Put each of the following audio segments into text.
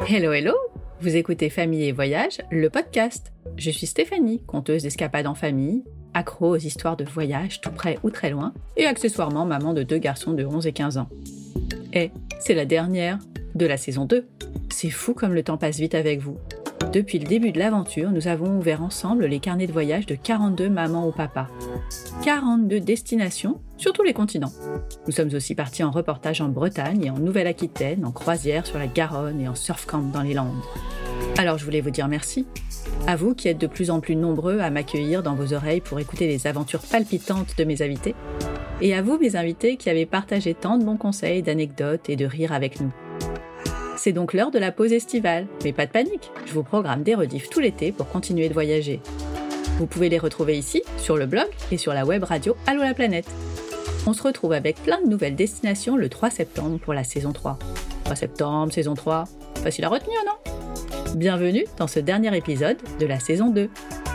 Hello, hello! Vous écoutez Famille et Voyage, le podcast. Je suis Stéphanie, conteuse d'escapades en famille, accro aux histoires de voyage tout près ou très loin, et accessoirement maman de 2 garçons de 11 et 15 ans. Et c'est la dernière de la saison 2. C'est fou comme le temps passe vite avec vous. Depuis le début de l'aventure, nous avons ouvert ensemble les carnets de voyage de 42 mamans ou papas. 42 destinations sur tous les continents. Nous sommes aussi partis en reportage en Bretagne et en Nouvelle-Aquitaine, en croisière sur la Garonne et en surf-camp dans les Landes. Alors je voulais vous dire merci. À vous qui êtes de plus en plus nombreux à m'accueillir dans vos oreilles pour écouter les aventures palpitantes de mes invités. Et à vous mes invités qui avez partagé tant de bons conseils, d'anecdotes et de rires avec nous. C'est donc l'heure de la pause estivale, mais pas de panique, je vous programme des rediffs tout l'été pour continuer de voyager. Vous pouvez les retrouver ici, sur le blog et sur la web radio Allô la planète. On se retrouve avec plein de nouvelles destinations le 3 septembre pour la saison 3. 3 septembre, saison 3, facile à retenir, non ? Bienvenue dans ce dernier épisode de la saison 2.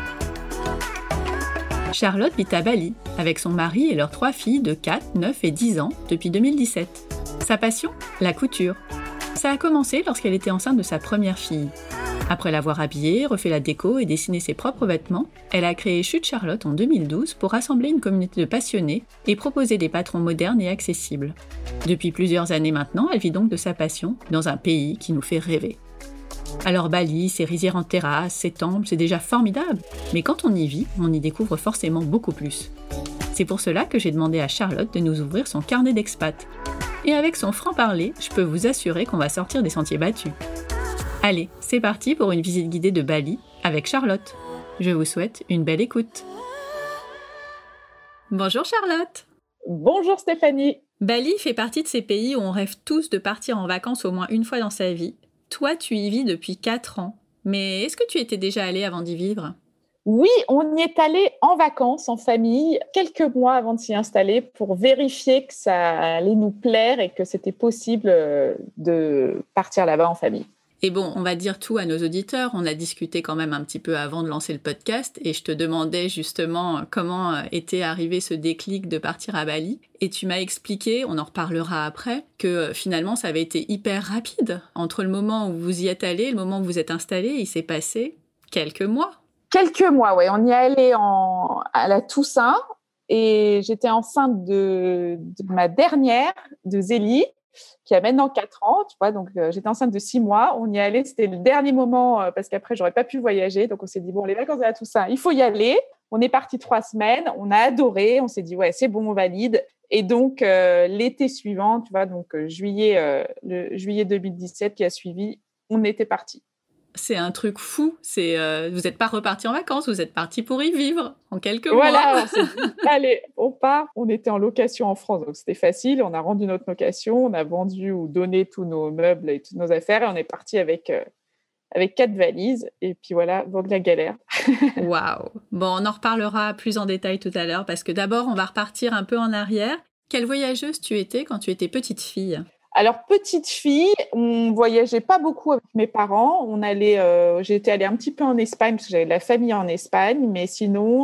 Charlotte vit à Bali, avec son mari et leurs 3 filles de 4, 9 et 10 ans depuis 2017. Sa passion ? La couture. Ça a commencé lorsqu'elle était enceinte de sa première fille. Après l'avoir habillée, refait la déco et dessiné ses propres vêtements, elle a créé Chute Charlotte en 2012 pour rassembler une communauté de passionnés et proposer des patrons modernes et accessibles. Depuis plusieurs années maintenant, elle vit donc de sa passion dans un pays qui nous fait rêver. Alors Bali, ses rizières en terrasse, ses temples, c'est déjà formidable, mais quand on y vit, on y découvre forcément beaucoup plus. C'est pour cela que j'ai demandé à Charlotte de nous ouvrir son carnet d'expat. Et avec son franc-parler, je peux vous assurer qu'on va sortir des sentiers battus. Allez, c'est parti pour une visite guidée de Bali avec Charlotte. Je vous souhaite une belle écoute. Bonjour Charlotte. Bonjour Stéphanie. Bali fait partie de ces pays où on rêve tous de partir en vacances au moins une fois dans sa vie. Toi, tu y vis depuis 4 ans. Mais est-ce que tu étais déjà allée avant d'y vivre ? Oui, on y est allé en vacances, en famille, quelques mois avant de s'y installer pour vérifier que ça allait nous plaire et que c'était possible de partir là-bas en famille. Et bon, on va dire tout à nos auditeurs. On a discuté quand même un petit peu avant de lancer le podcast et je te demandais justement comment était arrivé ce déclic de partir à Bali. Et tu m'as expliqué, on en reparlera après, que finalement ça avait été hyper rapide. Entre le moment où vous y êtes allé et le moment où vous êtes installé, il s'est passé quelques mois. Quelques mois, oui. On y est allé à la Toussaint et j'étais enceinte de ma dernière, de Zélie, qui a maintenant 4 ans, tu vois, donc j'étais enceinte de 6 mois. On y est allé, c'était le dernier moment parce qu'après, j'aurais pas pu voyager. Donc, on s'est dit, bon, les vacances à la Toussaint, il faut y aller. On est parti 3 semaines, on a adoré, on s'est dit, ouais, c'est bon, on valide. Et donc, l'été suivant, tu vois, donc le juillet 2017 qui a suivi, on était partis. C'est un truc fou. Vous n'êtes pas reparti en vacances, vous êtes parti pour y vivre en quelques mois. Voilà, on s'est dit, allez, on part. On était en location en France, donc c'était facile. On a rendu notre location, on a vendu ou donné tous nos meubles et toutes nos affaires et on est parti avec 4 valises. Et puis voilà, donc la galère. Waouh. Bon, on en reparlera plus en détail tout à l'heure parce que d'abord, on va repartir un peu en arrière. Quelle voyageuse tu étais quand tu étais petite fille ? Alors, petite fille, on voyageait pas beaucoup avec mes parents. J'étais allée un petit peu en Espagne parce que j'avais de la famille en Espagne. Mais sinon,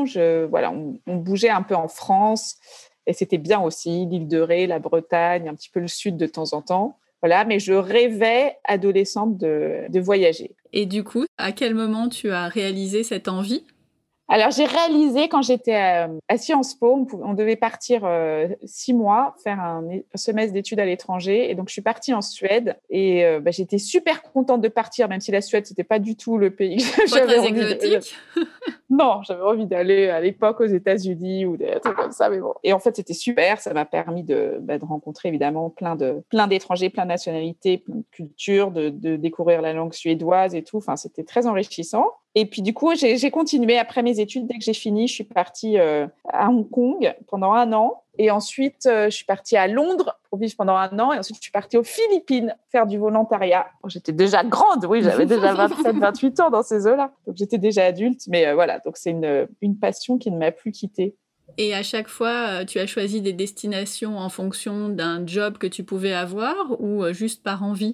on bougeait un peu en France et c'était bien aussi. L'île de Ré, la Bretagne, un petit peu le sud de temps en temps. Voilà, mais je rêvais, adolescente, de voyager. Et du coup, à quel moment tu as réalisé cette envie ? Alors, j'ai réalisé quand j'étais à Sciences Po, on devait partir 6 mois, faire un semestre d'études à l'étranger. Et donc, je suis partie en Suède et j'étais super contente de partir, même si la Suède, c'était pas du tout le pays que j'avais envie exotique. Non, j'avais envie d'aller à l'époque aux États-Unis ou des trucs comme ça, mais bon. Et en fait, c'était super. Ça m'a permis de rencontrer évidemment plein d'étrangers, plein de nationalités, plein de cultures, de découvrir la langue suédoise et tout. Enfin, c'était très enrichissant. Et puis, du coup, j'ai continué après mes études. Dès que j'ai fini, je suis partie à Hong Kong pendant 1 an. Et ensuite, je suis partie à Londres pour vivre pendant 1 an. Et ensuite, je suis partie aux Philippines faire du volontariat. J'étais déjà grande, oui, j'avais déjà 27, 28 ans dans ces eaux-là. Donc, j'étais déjà adulte. Mais voilà, donc c'est une passion qui ne m'a plus quittée. Et à chaque fois, tu as choisi des destinations en fonction d'un job que tu pouvais avoir ou juste par envie ?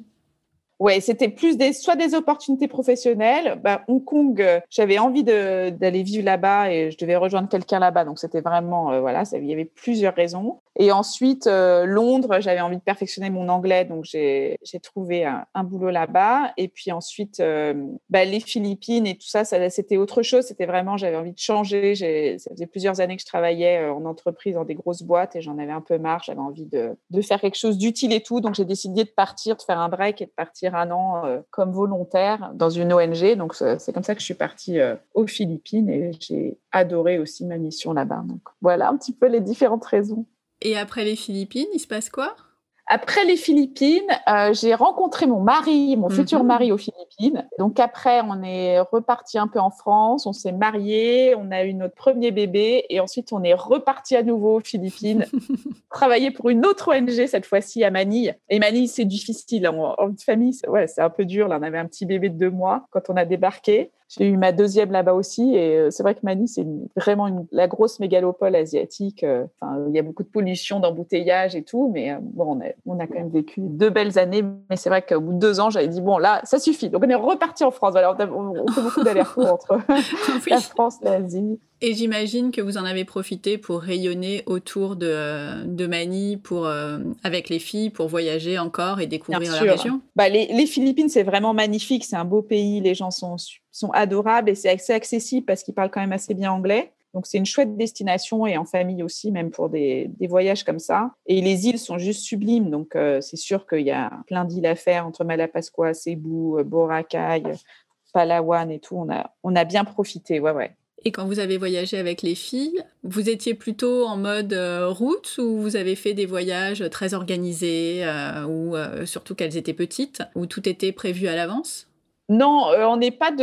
Ouais, c'était plus soit des opportunités professionnelles. Hong Kong, j'avais envie d'aller vivre là-bas et je devais rejoindre quelqu'un là-bas. Donc, c'était vraiment, il y avait plusieurs raisons. Et ensuite, Londres, j'avais envie de perfectionner mon anglais. Donc, j'ai trouvé un boulot là-bas. Et puis ensuite, les Philippines et tout ça, c'était autre chose. C'était vraiment, j'avais envie de changer. Ça faisait plusieurs années que je travaillais en entreprise dans des grosses boîtes et j'en avais un peu marre. J'avais envie de faire quelque chose d'utile et tout. Donc, j'ai décidé de partir, de faire un break et de partir un an comme volontaire dans une ONG. Donc, c'est comme ça que je suis partie aux Philippines et j'ai adoré aussi ma mission là-bas. Donc, voilà un petit peu les différentes raisons. Et après les Philippines, il se passe quoi ? Après les Philippines, j'ai rencontré mon futur mari aux Philippines. Donc après, on est reparti un peu en France, on s'est mariés, on a eu notre premier bébé et ensuite on est reparti à nouveau aux Philippines, travailler pour une autre ONG cette fois-ci à Manille. Et Manille, c'est difficile en famille, c'est un peu dur. Là, on avait un petit bébé de 2 mois quand on a débarqué. J'ai eu ma deuxième là-bas aussi et c'est vrai que Manille, c'est vraiment la grosse mégalopole asiatique. Il y a beaucoup de pollution, d'embouteillage et tout, mais on a quand même vécu 2 belles années. Mais c'est vrai qu'au bout de 2 ans, j'avais dit, bon, là, ça suffit. Donc, on est reparti en France. Voilà, on fait beaucoup d'allers-retours entre la France et l'Asie. Et j'imagine que vous en avez profité pour rayonner autour de Manille avec les filles, pour voyager encore et découvrir la région. Les Philippines, c'est vraiment magnifique. C'est un beau pays. Les gens sont adorables et c'est assez accessible parce qu'ils parlent quand même assez bien anglais. Donc, c'est une chouette destination et en famille aussi, même pour des voyages comme ça. Et les îles sont juste sublimes. Donc, c'est sûr qu'il y a plein d'îles à faire entre Malapascua, Cebu, Boracay, Palawan et tout. On a bien profité, ouais. Et quand vous avez voyagé avec les filles, vous étiez plutôt en mode route ou vous avez fait des voyages très organisés ou surtout qu'elles étaient petites, où tout était prévu à l'avance ? Non, on n'est pas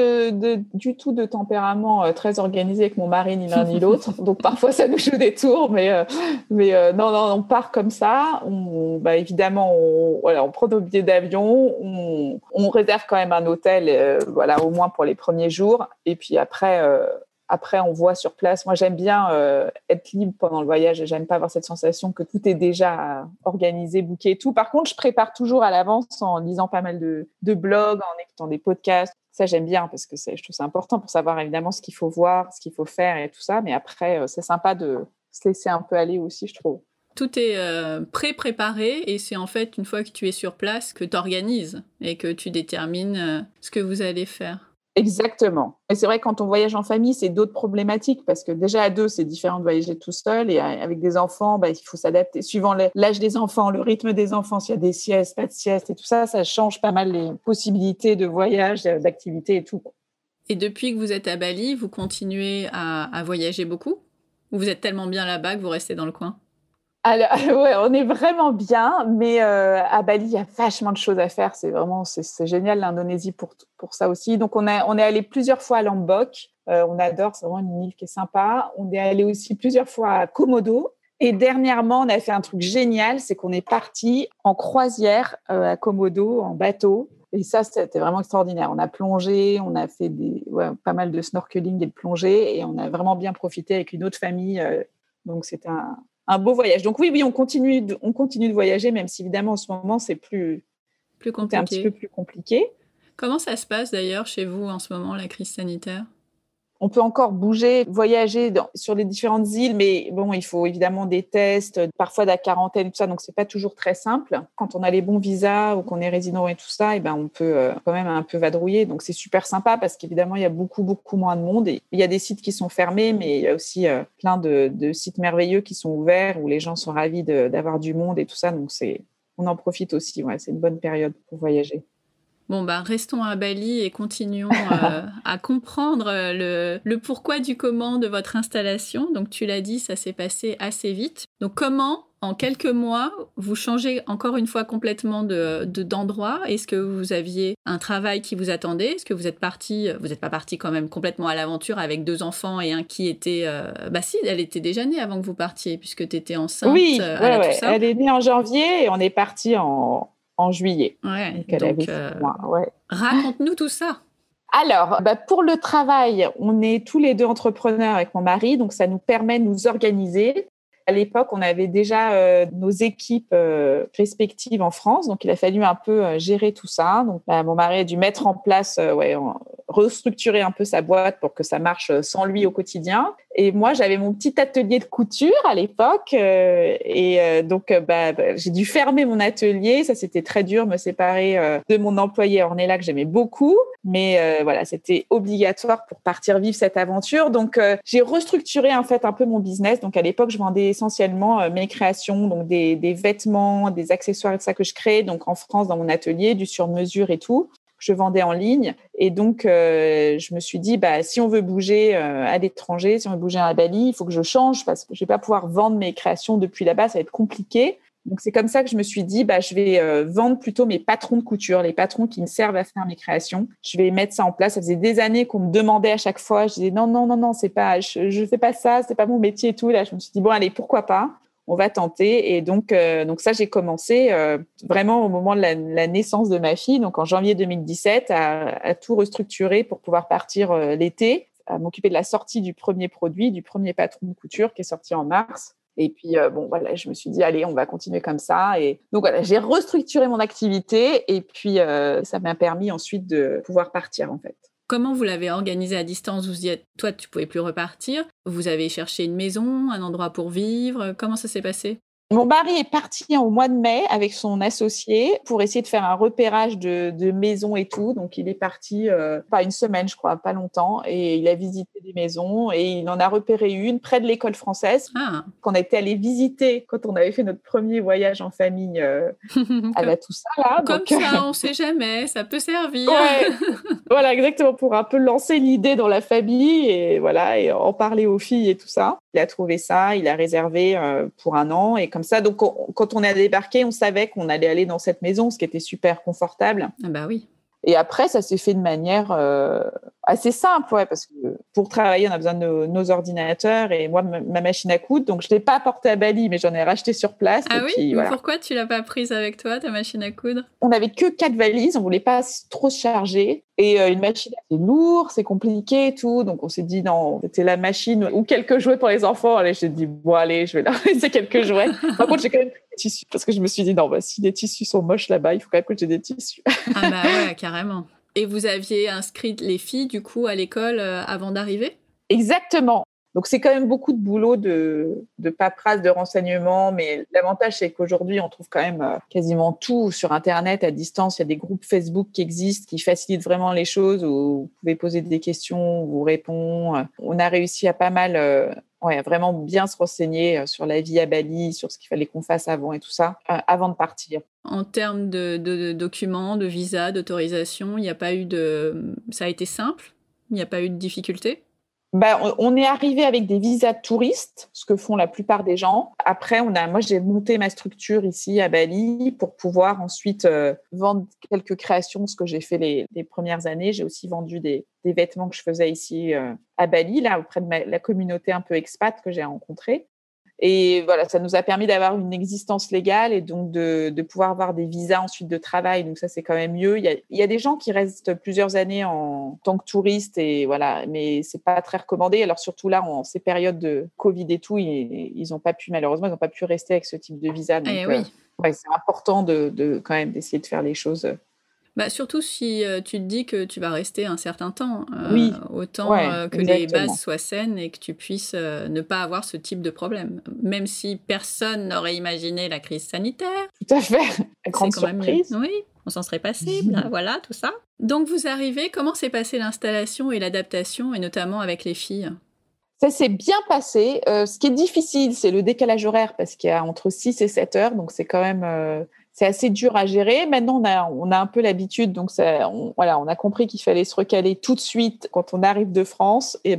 du tout de tempérament très organisé avec mon mari, ni l'un ni l'autre. Donc, parfois, ça nous joue des tours, mais non, on part comme ça. Évidemment, on prend nos billets d'avion, on réserve quand même un hôtel, au moins pour les premiers jours. Et puis après, on voit sur place. Moi, j'aime bien être libre pendant le voyage et j'aime pas avoir cette sensation que tout est déjà organisé, booké et tout. Par contre, je prépare toujours à l'avance en lisant pas mal de blogs, en écoutant des podcasts. Ça, j'aime bien parce que je trouve ça important pour savoir évidemment ce qu'il faut voir, ce qu'il faut faire et tout ça. Mais après, c'est sympa de se laisser un peu aller aussi, je trouve. Tout est pré-préparé et c'est en fait une fois que tu es sur place que tu organises et que tu détermines ce que vous allez faire. Exactement. Et c'est vrai que quand on voyage en famille, c'est d'autres problématiques parce que déjà à 2, c'est différent de voyager tout seul et avec des enfants, il faut s'adapter suivant l'âge des enfants, le rythme des enfants, s'il y a des siestes, pas de siestes et tout ça, ça change pas mal les possibilités de voyage, d'activité et tout. Et depuis que vous êtes à Bali, vous continuez à voyager beaucoup ? Ou vous êtes tellement bien là-bas que vous restez dans le coin ? Alors, ouais, on est vraiment bien, mais à Bali, il y a vachement de choses à faire. C'est génial l'Indonésie pour ça aussi. Donc, on est allé plusieurs fois à Lombok. On adore, c'est vraiment une île qui est sympa. On est allé aussi plusieurs fois à Komodo. Et dernièrement, on a fait un truc génial, c'est qu'on est parti en croisière à Komodo, en bateau. Et ça, c'était vraiment extraordinaire. On a plongé, on a fait pas mal de snorkeling et de plongée, et on a vraiment bien profité avec une autre famille. Donc, c'était un beau voyage. Donc oui, on continue de voyager, même si évidemment en ce moment c'est plus compliqué. Un petit peu plus compliqué. Comment ça se passe d'ailleurs chez vous en ce moment, la crise sanitaire ? On peut encore bouger, voyager sur les différentes îles, mais bon, il faut évidemment des tests, parfois de la quarantaine, tout ça, donc c'est pas toujours très simple. Quand on a les bons visas ou qu'on est résident et tout ça, on peut quand même un peu vadrouiller. Donc c'est super sympa parce qu'évidemment il y a beaucoup moins de monde et il y a des sites qui sont fermés, mais il y a aussi plein de sites merveilleux qui sont ouverts où les gens sont ravis d'avoir du monde et tout ça. Donc on en profite aussi. Ouais, c'est une bonne période pour voyager. Bon, restons à Bali et continuons à comprendre le pourquoi du comment de votre installation. Donc, tu l'as dit, ça s'est passé assez vite. Donc, comment, en quelques mois, vous changez encore une fois complètement d'endroit ? Est-ce que vous aviez un travail qui vous attendait ? Est-ce que vous êtes parti, vous n'êtes pas parti quand même complètement à l'aventure avec 2 enfants et un qui était... si, elle était déjà née avant que vous partiez, puisque tu étais enceinte. Oui, tout ça. Elle est née en janvier et on est parti en juillet. Ouais, donc raconte-nous tout ça. Alors, pour le travail, on est tous les 2 entrepreneurs avec mon mari, donc ça nous permet de nous organiser. À l'époque, on avait déjà nos équipes respectives en France, donc il a fallu un peu gérer tout ça. Donc, mon mari a dû mettre en place, restructurer un peu sa boîte pour que ça marche sans lui au quotidien. Et moi, j'avais mon petit atelier de couture à l'époque, donc j'ai dû fermer mon atelier. Ça, c'était très dur, me séparer de mon employé Ornella que j'aimais beaucoup, mais voilà, c'était obligatoire pour partir vivre cette aventure. Donc, j'ai restructuré en fait un peu mon business. Donc, à l'époque, je vendais essentiellement mes créations, donc des vêtements, des accessoires et tout ça que je créais donc en France dans mon atelier, du sur-mesure et tout. Je vendais en ligne. Et donc, je me suis dit, si on veut bouger à l'étranger, si on veut bouger à Bali, il faut que je change parce que je vais pas pouvoir vendre mes créations depuis là-bas, ça va être compliqué. Donc, c'est comme ça que je me suis dit, je vais vendre plutôt mes patrons de couture, les patrons qui me servent à faire mes créations. Je vais mettre ça en place. Ça faisait des années qu'on me demandait à chaque fois. Je disais, non, c'est pas, je fais pas ça, c'est pas mon métier et tout. Là, je me suis dit, bon, allez, pourquoi pas? On va tenter. Et donc ça, j'ai commencé vraiment au moment de la naissance de ma fille, donc en janvier 2017, à tout restructurer pour pouvoir partir l'été, à m'occuper de la sortie du premier produit, du premier patron de couture qui est sorti en mars. Et puis, je me suis dit, allez, on va continuer comme ça. Et donc, voilà, j'ai restructuré mon activité et puis ça m'a permis ensuite de pouvoir partir, en fait. Comment vous l'avez organisé à distance? Vous y êtes, toi, tu pouvais plus repartir. Vous avez cherché une maison, un endroit pour vivre. Comment ça s'est passé? Mon mari est parti au mois de mai avec son associé pour essayer de faire un repérage de maisons et tout. Donc, il est parti pas une semaine, je crois, pas longtemps. Et il a visité des maisons et il en a repéré une près de l'école française qu'on a été allé visiter quand on avait fait notre premier voyage en famille à tout ça. Là. Comme donc, ça, on sait jamais, ça peut servir. Ouais, voilà, exactement, pour un peu lancer l'idée dans la famille et et en parler aux filles et tout ça. Il a trouvé ça, il a réservé pour 1 an et comme ça. Donc, quand on a débarqué, on savait qu'on allait aller dans cette maison, ce qui était super confortable. Ah bah oui. Et après, ça s'est fait de manière assez simple, parce que pour travailler, on a besoin de nos ordinateurs et moi, ma machine à coudre. Donc, je ne l'ai pas apportée à Bali, mais j'en ai racheté sur place. Ah et oui, puis, mais pourquoi tu ne l'as pas prise avec toi, ta machine à coudre? On n'avait que 4 valises, on ne voulait pas trop se charger. Et une machine, c'est lourd, c'est compliqué et tout. Donc, on s'est dit, non, c'était la machine ou quelques jouets pour les enfants. Allez, j'ai dit, bon, allez, je vais leur laisser quelques jouets. Par contre, j'ai quand même pris des tissus parce que je me suis dit, non, si les tissus sont moches là-bas, il faut quand même que j'ai des tissus. Ah bah ouais, carrément. Et vous aviez inscrit les filles, du coup, à l'école avant d'arriver? Exactement. Donc, c'est quand même beaucoup de boulot de paperasse, de renseignements. Mais l'avantage, c'est qu'aujourd'hui, on trouve quand même quasiment tout sur Internet à distance. Il y a des groupes Facebook qui existent, qui facilitent vraiment les choses, où vous pouvez poser des questions, on vous répond. On a réussi à pas mal... vraiment bien se renseigner sur la vie à Bali, sur ce qu'il fallait qu'on fasse avant et tout ça, avant de partir. En termes de documents, de visas, d'autorisation, il n'y a pas eu de... Ça a été simple? Il n'y a pas eu de difficulté? On est arrivé avec des visas de touristes, ce que font la plupart des gens. Après, moi, j'ai monté ma structure ici à Bali pour pouvoir ensuite vendre quelques créations, ce que j'ai fait les premières années. J'ai aussi vendu des vêtements que je faisais ici à Bali, là, auprès de la communauté un peu expat que j'ai rencontrée. Et voilà, ça nous a permis d'avoir une existence légale et donc de pouvoir avoir des visas ensuite de travail. Donc ça, c'est quand même mieux. Il y a des gens qui restent plusieurs années en tant que touristes et voilà, mais c'est pas très recommandé. Alors surtout là, en ces périodes de Covid et tout, ils n'ont pas pu, malheureusement, ils n'ont pas pu rester avec ce type de visa. Donc oui. C'est important de quand même d'essayer de faire les choses. Surtout si tu te dis que tu vas rester un certain temps. Oui. Autant que les bases soient saines et que tu puisses ne pas avoir ce type de problème. Même si personne n'aurait imaginé la crise sanitaire. Tout à fait. La grande surprise. Oui, on s'en serait passé. Voilà, tout ça. Donc vous arrivez, comment s'est passée l'installation et l'adaptation, et notamment avec les filles ? Ça s'est bien passé. Ce qui est difficile, c'est le décalage horaire parce qu'il y a entre 6 et 7 heures. Donc, c'est quand même... c'est assez dur à gérer. Maintenant, on a un peu l'habitude. Donc, on a compris qu'il fallait se recaler tout de suite quand on arrive de France. Et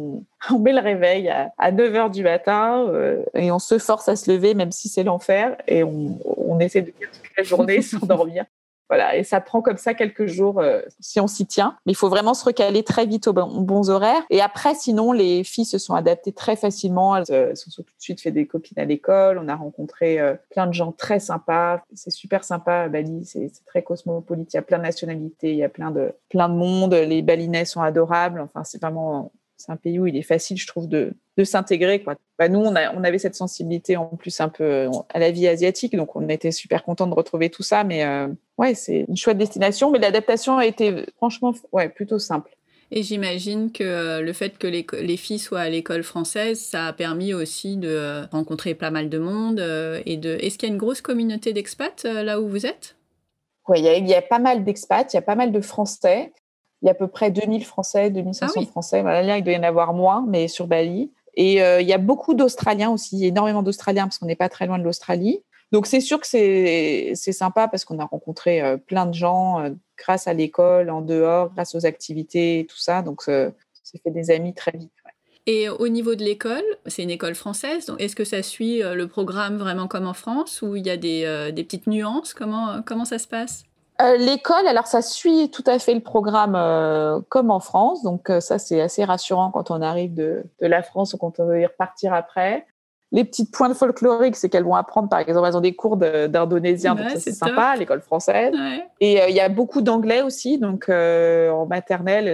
on met le réveil à 9 heures du matin et on se force à se lever, même si c'est l'enfer. Et on essaie de faire toute la journée sans dormir. Voilà, et ça prend comme ça quelques jours si on s'y tient. Mais il faut vraiment se recaler très vite aux bons horaires. Et après, sinon, les filles se sont adaptées très facilement. Elles se sont tout de suite fait des copines à l'école. On a rencontré plein de gens très sympas. C'est super sympa à Bali. C'est très cosmopolite. Il y a plein de nationalités. Il y a plein de monde. Les Balinais sont adorables. Enfin, c'est vraiment c'est un pays où il est facile, je trouve, de s'intégrer, quoi. Nous, on avait cette sensibilité en plus un peu à la vie asiatique, donc on était super contents de retrouver tout ça. Mais ouais, c'est une chouette destination, mais l'adaptation a été franchement plutôt simple. Et j'imagine que le fait que les filles soient à l'école française, ça a permis aussi de rencontrer pas mal de monde. Est-ce qu'il y a une grosse communauté d'expats là où vous êtes? Oui, il y a pas mal d'expats, il y a pas mal de Français. Il y a à peu près 2000 Français, 2500 Français. Voilà, là, il doit y en avoir moins, mais sur Bali. Et il y a beaucoup d'Australiens aussi, énormément d'Australiens, parce qu'on n'est pas très loin de l'Australie. Donc, c'est sûr que c'est sympa parce qu'on a rencontré plein de gens grâce à l'école, en dehors, grâce aux activités et tout ça. Donc, c'est fait des amis très vite. Ouais. Et au niveau de l'école, c'est une école française. Donc est-ce que ça suit le programme vraiment comme en France ou il y a des petites nuances? Comment ça se passe? L'école, alors ça suit tout à fait le programme comme en France. Donc, ça, c'est assez rassurant quand on arrive de la France ou quand on veut y repartir après. Les petites pointes folkloriques, c'est qu'elles vont apprendre, par exemple, elles ont des cours d'indonésien, donc ça, c'est sympa, à l'école française. Ouais. Et il y a beaucoup d'anglais aussi, donc en maternelle,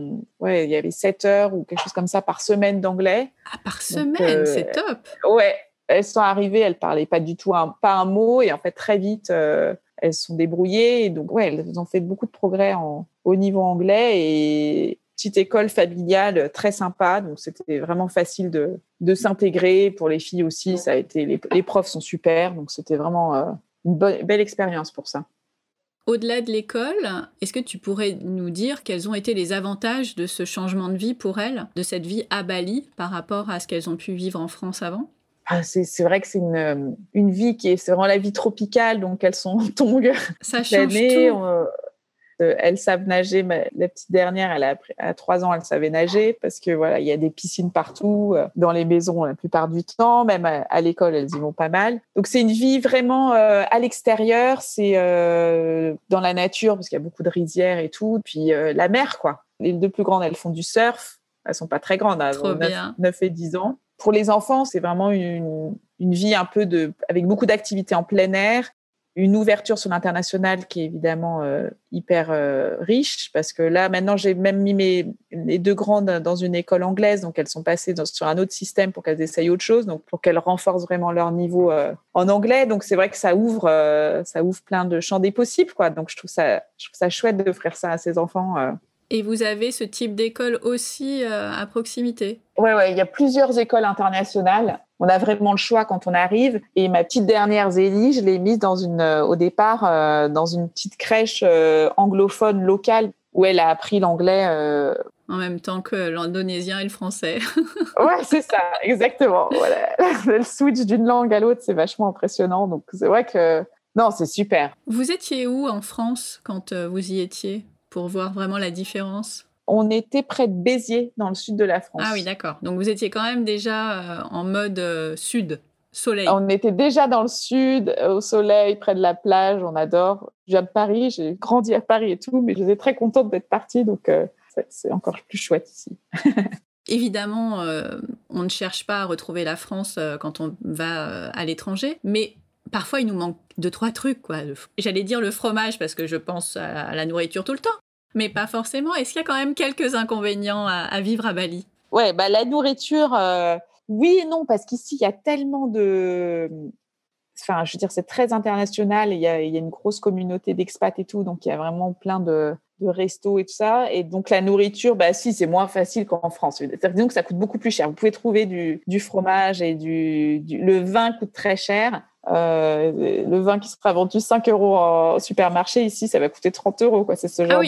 il y avait 7 heures ou quelque chose comme ça par semaine d'anglais. Ah, par semaine, c'est top. Ouais, elles sont arrivées, elles parlaient pas du tout, pas un mot, et en fait, très vite, elles se sont débrouillées. Et donc, elles ont fait beaucoup de progrès au niveau anglais et petite école familiale très sympa, donc c'était vraiment facile de s'intégrer. Pour les filles aussi, ça a été, les profs sont super, donc c'était vraiment une belle expérience pour ça. Au-delà de l'école, est-ce que tu pourrais nous dire quels ont été les avantages de ce changement de vie pour elles, de cette vie à Bali par rapport à ce qu'elles ont pu vivre en France avant? C'est vrai que c'est une vie c'est vraiment la vie tropicale, donc elles sont en tongs Ça toute change l'année. tout. Elles savent nager. La petite dernière, à 3 ans, elle savait nager parce que voilà, il y a des piscines partout, dans les maisons la plupart du temps, même à l'école, elles y vont pas mal. Donc c'est une vie vraiment à l'extérieur, c'est dans la nature parce qu'il y a beaucoup de rizières et tout, puis la mer, quoi. Les 2 plus grandes, elles font du surf. Elles sont pas très grandes, elles ont 9 et 10 ans. Pour les enfants, c'est vraiment une vie un peu avec beaucoup d'activités en plein air. Une ouverture sur l'international qui est évidemment hyper riche, parce que là, maintenant, j'ai même mis les 2 grandes dans une école anglaise, donc elles sont passées sur un autre système pour qu'elles essayent autre chose, donc pour qu'elles renforcent vraiment leur niveau en anglais. Donc, c'est vrai que ça ouvre plein de champs des possibles, quoi. Donc, je trouve ça chouette d'offrir ça à ses enfants. Et vous avez ce type d'école aussi à proximité? Ouais, il y a plusieurs écoles internationales. On a vraiment le choix quand on arrive. Et ma petite dernière Zélie, je l'ai mise au départ dans une petite crèche anglophone locale où elle a appris l'anglais. En même temps que l'indonésien et le français. Ouais, c'est ça, exactement. Voilà. Le switch d'une langue à l'autre, c'est vachement impressionnant. Donc, c'est vrai que non, c'est super. Vous étiez où en France quand vous y étiez pour voir vraiment la différence? On était près de Béziers, dans le sud de la France. Ah oui, d'accord. Donc vous étiez quand même déjà en mode sud, soleil. On était déjà dans le sud, au soleil, près de la plage, on adore. Je viens de Paris, j'ai grandi à Paris et tout, mais j'étais très contente d'être partie, donc c'est encore plus chouette ici. Évidemment, on ne cherche pas à retrouver la France quand on va à l'étranger, mais parfois il nous manque 2-3 trucs, quoi. J'allais dire le fromage parce que je pense à la nourriture tout le temps, mais pas forcément. Est-ce qu'il y a quand même quelques inconvénients à vivre à Bali? Ouais, la nourriture, oui et non, parce qu'ici, il y a tellement de... Enfin, je veux dire, c'est très international, il y a une grosse communauté d'expats et tout, donc il y a vraiment plein de restos et tout ça. Et donc, la nourriture, si, c'est moins facile qu'en France. C'est-à-dire, disons que ça coûte beaucoup plus cher. Vous pouvez trouver du fromage et le vin coûte très cher. Le vin qui sera vendu 5 € en supermarché, ici, ça va coûter 30 €, quoi. C'est ce genre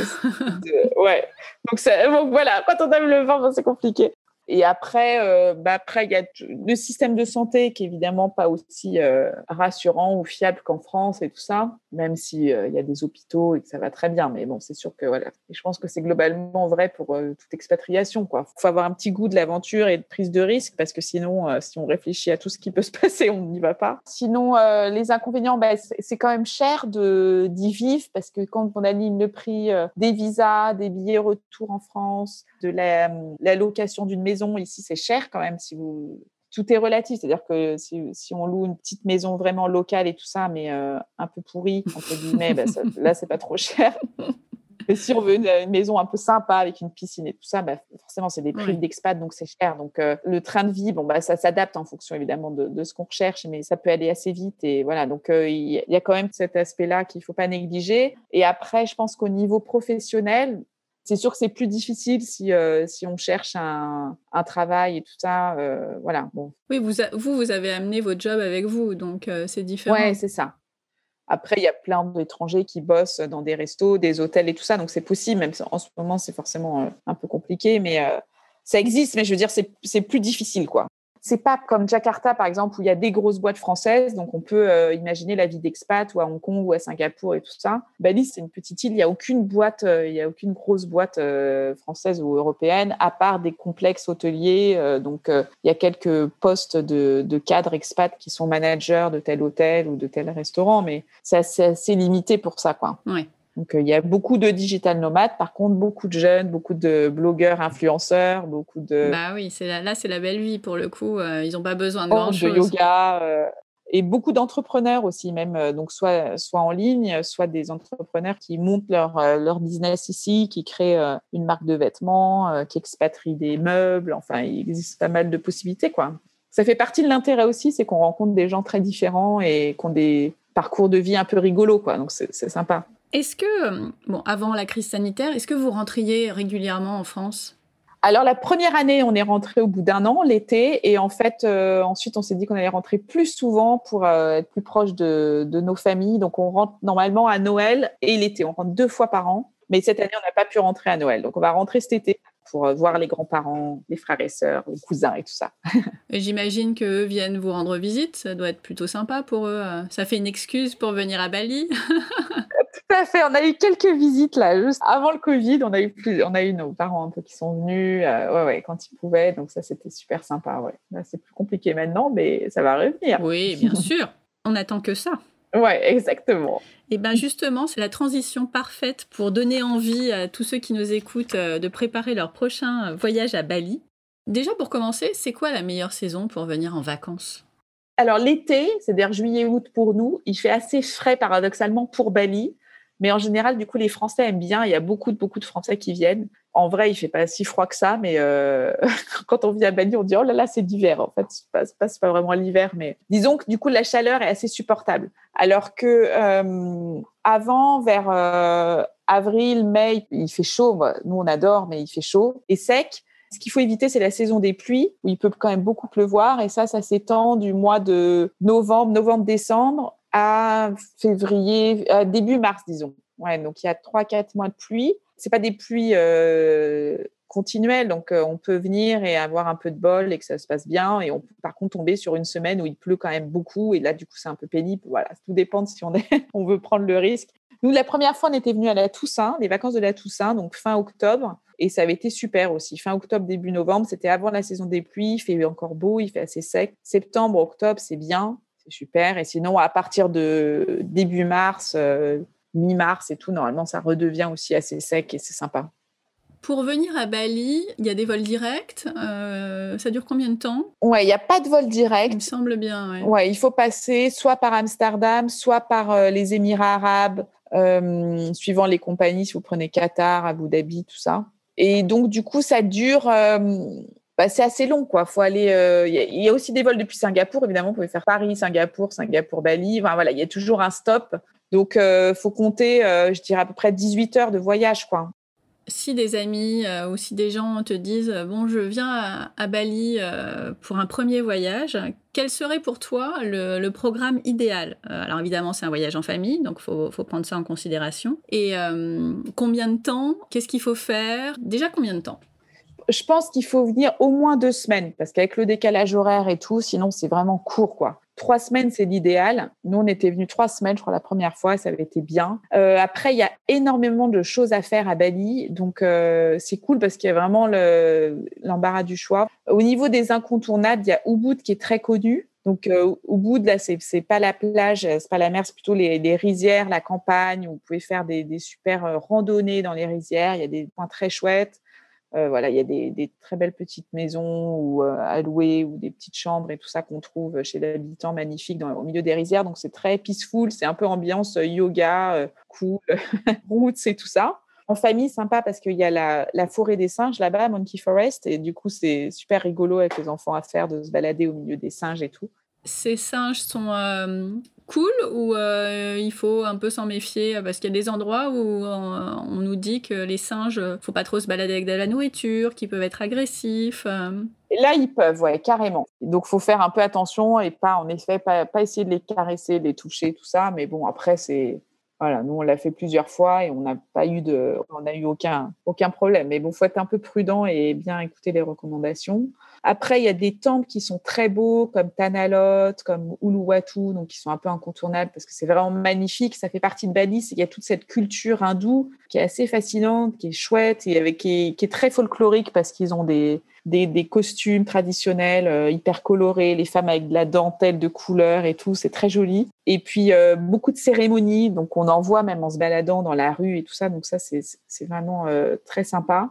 ouais. Donc voilà, quand on aime le vin, c'est compliqué. Et après, il y a le système de santé qui est évidemment pas aussi rassurant ou fiable qu'en France et tout ça, même si il y a des hôpitaux et que ça va très bien. Mais bon, c'est sûr que voilà. Et je pense que c'est globalement vrai pour toute expatriation, quoi. Faut avoir un petit goût de l'aventure et de prise de risque parce que sinon, si on réfléchit à tout ce qui peut se passer, on n'y va pas. Sinon, les inconvénients, c'est quand même cher d'y vivre parce que quand on aligne le prix des visas, des billets retour en France, de la location d'une maison, ici c'est cher quand même. Tout est relatif, c'est-à-dire que si on loue une petite maison vraiment locale et tout ça, mais un peu pourrie entre guillemets, là c'est pas trop cher. Et si on veut une maison un peu sympa avec une piscine et tout ça, bah, forcément, c'est des prix d'expat, donc c'est cher. Donc, le train de vie, bon, bah, ça s'adapte en fonction évidemment de ce qu'on recherche, mais ça peut aller assez vite. Et voilà, donc il y a quand même cet aspect-là qu'il ne faut pas négliger. Et après, je pense qu'au niveau professionnel, c'est sûr que c'est plus difficile si on cherche un travail et tout ça. Voilà. Bon. Oui, vous avez amené votre job avec vous, donc c'est différent. Ouais, c'est ça. Après, il y a plein d'étrangers qui bossent dans des restos, des hôtels et tout ça, donc c'est possible, même si en ce moment, c'est forcément un peu compliqué, mais ça existe, mais je veux dire, c'est plus difficile, quoi. C'est pas comme Jakarta, par exemple, où il y a des grosses boîtes françaises, donc on peut imaginer la vie d'expat, ou à Hong Kong, ou à Singapour et tout ça. Bali, c'est une petite île, il n'y a aucune boîte, il y a aucune grosse boîte française ou européenne, à part des complexes hôteliers. Donc, il y a quelques postes de cadres expats qui sont managers de tel hôtel ou de tel restaurant, mais c'est assez limité pour ça, quoi. Ouais. Donc, il y a beaucoup de digital nomades, par contre, beaucoup de jeunes, beaucoup de blogueurs, influenceurs, beaucoup de... Bah oui, c'est la belle vie pour le coup. Ils n'ont pas besoin de grand-chose. De yoga et beaucoup d'entrepreneurs aussi, même donc soit en ligne, soit des entrepreneurs qui montent leur business ici, qui créent une marque de vêtements, qui expatrient des meubles. Enfin, il existe pas mal de possibilités, quoi. Ça fait partie de l'intérêt aussi, c'est qu'on rencontre des gens très différents et qui ont des parcours de vie un peu rigolos, quoi. Donc, c'est sympa. Est-ce que, avant la crise sanitaire, est-ce que vous rentriez régulièrement en France ? Alors, la première année, on est rentré au bout d'1 an, l'été. Et en fait, ensuite, on s'est dit qu'on allait rentrer plus souvent pour être plus proche de nos familles. Donc, on rentre normalement à Noël et l'été. On rentre 2 fois par an. Mais cette année, on n'a pas pu rentrer à Noël. Donc, on va rentrer cet été pour voir les grands-parents, les frères et sœurs, les cousins et tout ça. Et j'imagine qu'eux viennent vous rendre visite. Ça doit être plutôt sympa pour eux. Ça fait une excuse pour venir à Bali. Tout à fait. On a eu quelques visites là, juste avant le Covid. On a eu nos parents un peu qui sont venus, quand ils pouvaient. Donc ça, c'était super sympa. Ouais. Là, c'est plus compliqué maintenant, mais ça va revenir. Oui, bien sûr. On n'attend que ça. Ouais, exactement. Et bien justement, c'est la transition parfaite pour donner envie à tous ceux qui nous écoutent de préparer leur prochain voyage à Bali. Déjà, pour commencer, c'est quoi la meilleure saison pour venir en vacances ? Alors l'été, c'est-à-dire juillet-août pour nous, il fait assez frais paradoxalement pour Bali. Mais en général, du coup, les Français aiment bien. Il y a beaucoup de Français qui viennent. En vrai, il fait pas si froid que ça, mais quand on vient à Bali, on dit « Oh là là, c'est l'hiver ». En fait, c'est pas vraiment l'hiver, mais disons que du coup, la chaleur est assez supportable. Alors que avant, vers avril, mai, il fait chaud. Nous, on adore, mais il fait chaud et sec. Ce qu'il faut éviter, c'est la saison des pluies, où il peut quand même beaucoup pleuvoir. Et ça s'étend du mois de novembre-décembre à février, début mars, disons. Ouais, donc il y a 3-4 mois de pluie. C'est pas des pluies continuelles, donc on peut venir et avoir un peu de bol et que ça se passe bien. Et on peut par contre tomber sur une semaine où il pleut quand même beaucoup. Et là, du coup, c'est un peu pénible. Voilà, tout dépend de si on veut prendre le risque. Nous, la première fois, on était venus à la Toussaint, les vacances de la Toussaint, donc fin octobre. Et ça avait été super aussi. Fin octobre, début novembre, c'était avant la saison des pluies. Il fait encore beau, il fait assez sec. Septembre, octobre, c'est bien, c'est super. Et sinon, à partir de début mars, mi-mars et tout, normalement, ça redevient aussi assez sec et c'est sympa. Pour venir à Bali, il y a des vols directs. Ça dure combien de temps ? Ouais, il n'y a pas de vol direct. Il me semble bien, ouais. Ouais, il faut passer soit par Amsterdam, soit par les Émirats arabes, suivant les compagnies, si vous prenez Qatar, Abu Dhabi, tout ça. Et donc, du coup, ça dure... c'est assez long, quoi. Faut aller. Il y a aussi des vols depuis Singapour, évidemment. Vous pouvez faire Paris, Singapour, Bali. Enfin, voilà, il y a toujours un stop. Donc, faut compter, je dirais à peu près 18 heures de voyage, quoi. Si des amis ou si des gens te disent « Bon, je viens à Bali pour un premier voyage », quel serait pour toi le programme idéal ? Alors évidemment, c'est un voyage en famille, donc il faut prendre ça en considération. Et combien de temps ? Qu'est-ce qu'il faut faire ? Déjà, combien de temps ? Je pense qu'il faut venir au moins 2 semaines, parce qu'avec le décalage horaire et tout, sinon c'est vraiment court, quoi. 3 semaines, c'est l'idéal. Nous, on était venus 3 semaines, je crois, la première fois, et ça avait été bien. Après, il y a énormément de choses à faire à Bali, donc c'est cool parce qu'il y a vraiment l'embarras du choix. Au niveau des incontournables, il y a Ubud qui est très connu. Donc, Ubud, là, c'est pas la plage, c'est pas la mer, c'est plutôt les rizières, la campagne, où vous pouvez faire des super randonnées dans les rizières. Il y a des points très chouettes. Voilà, il y a des très belles petites maisons à louer ou des petites chambres et tout ça qu'on trouve chez l'habitant magnifique au milieu des rizières. Donc, c'est très peaceful. C'est un peu ambiance yoga, cool, roots et tout ça. En famille, sympa parce qu'il y a la forêt des singes là-bas, Monkey Forest, et du coup, c'est super rigolo avec les enfants à faire de se balader au milieu des singes et tout. Ces singes sont cool ou il faut un peu s'en méfier parce qu'il y a des endroits où on nous dit que les singes, faut pas trop se balader avec de la nourriture, qu'ils peuvent être agressifs. Et là, ils peuvent, ouais, carrément. Donc, faut faire un peu attention et pas, en effet, pas essayer de les caresser, de les toucher, tout ça. Mais bon, après, voilà, nous, on l'a fait plusieurs fois et on n'a eu aucun problème. Mais bon, faut être un peu prudent et bien écouter les recommandations. Après, il y a des temples qui sont très beaux, comme Tanalot, comme Uluwatu, donc qui sont un peu incontournables parce que c'est vraiment magnifique. Ça fait partie de Bali. Il y a toute cette culture hindoue qui est assez fascinante, qui est chouette et qui est très folklorique parce qu'ils ont des costumes traditionnels hyper colorés, les femmes avec de la dentelle de couleurs et tout, c'est très joli. Et puis, beaucoup de cérémonies, donc on en voit même en se baladant dans la rue et tout ça, donc ça, c'est vraiment très sympa.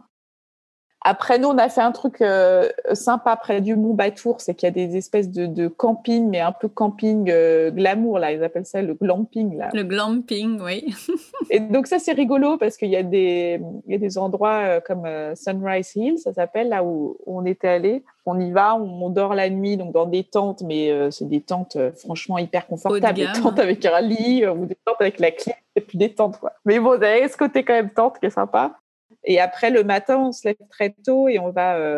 Après, nous, on a fait un truc sympa près du Mont Batour, c'est qu'il y a des espèces de camping, mais un peu camping glamour, là, ils appellent ça le glamping. Là. Le glamping, oui. Et donc ça, c'est rigolo parce qu'il y a des endroits comme Sunrise Hill, ça s'appelle, là où on était allé. On y va, on dort la nuit donc dans des tentes, mais c'est des tentes franchement hyper confortables. Des tentes avec un lit ou des tentes avec la clim, c'est plus des tentes, quoi. Mais bon, vous avez ce côté quand même tente qui est sympa. Et après, le matin, on se lève très tôt et on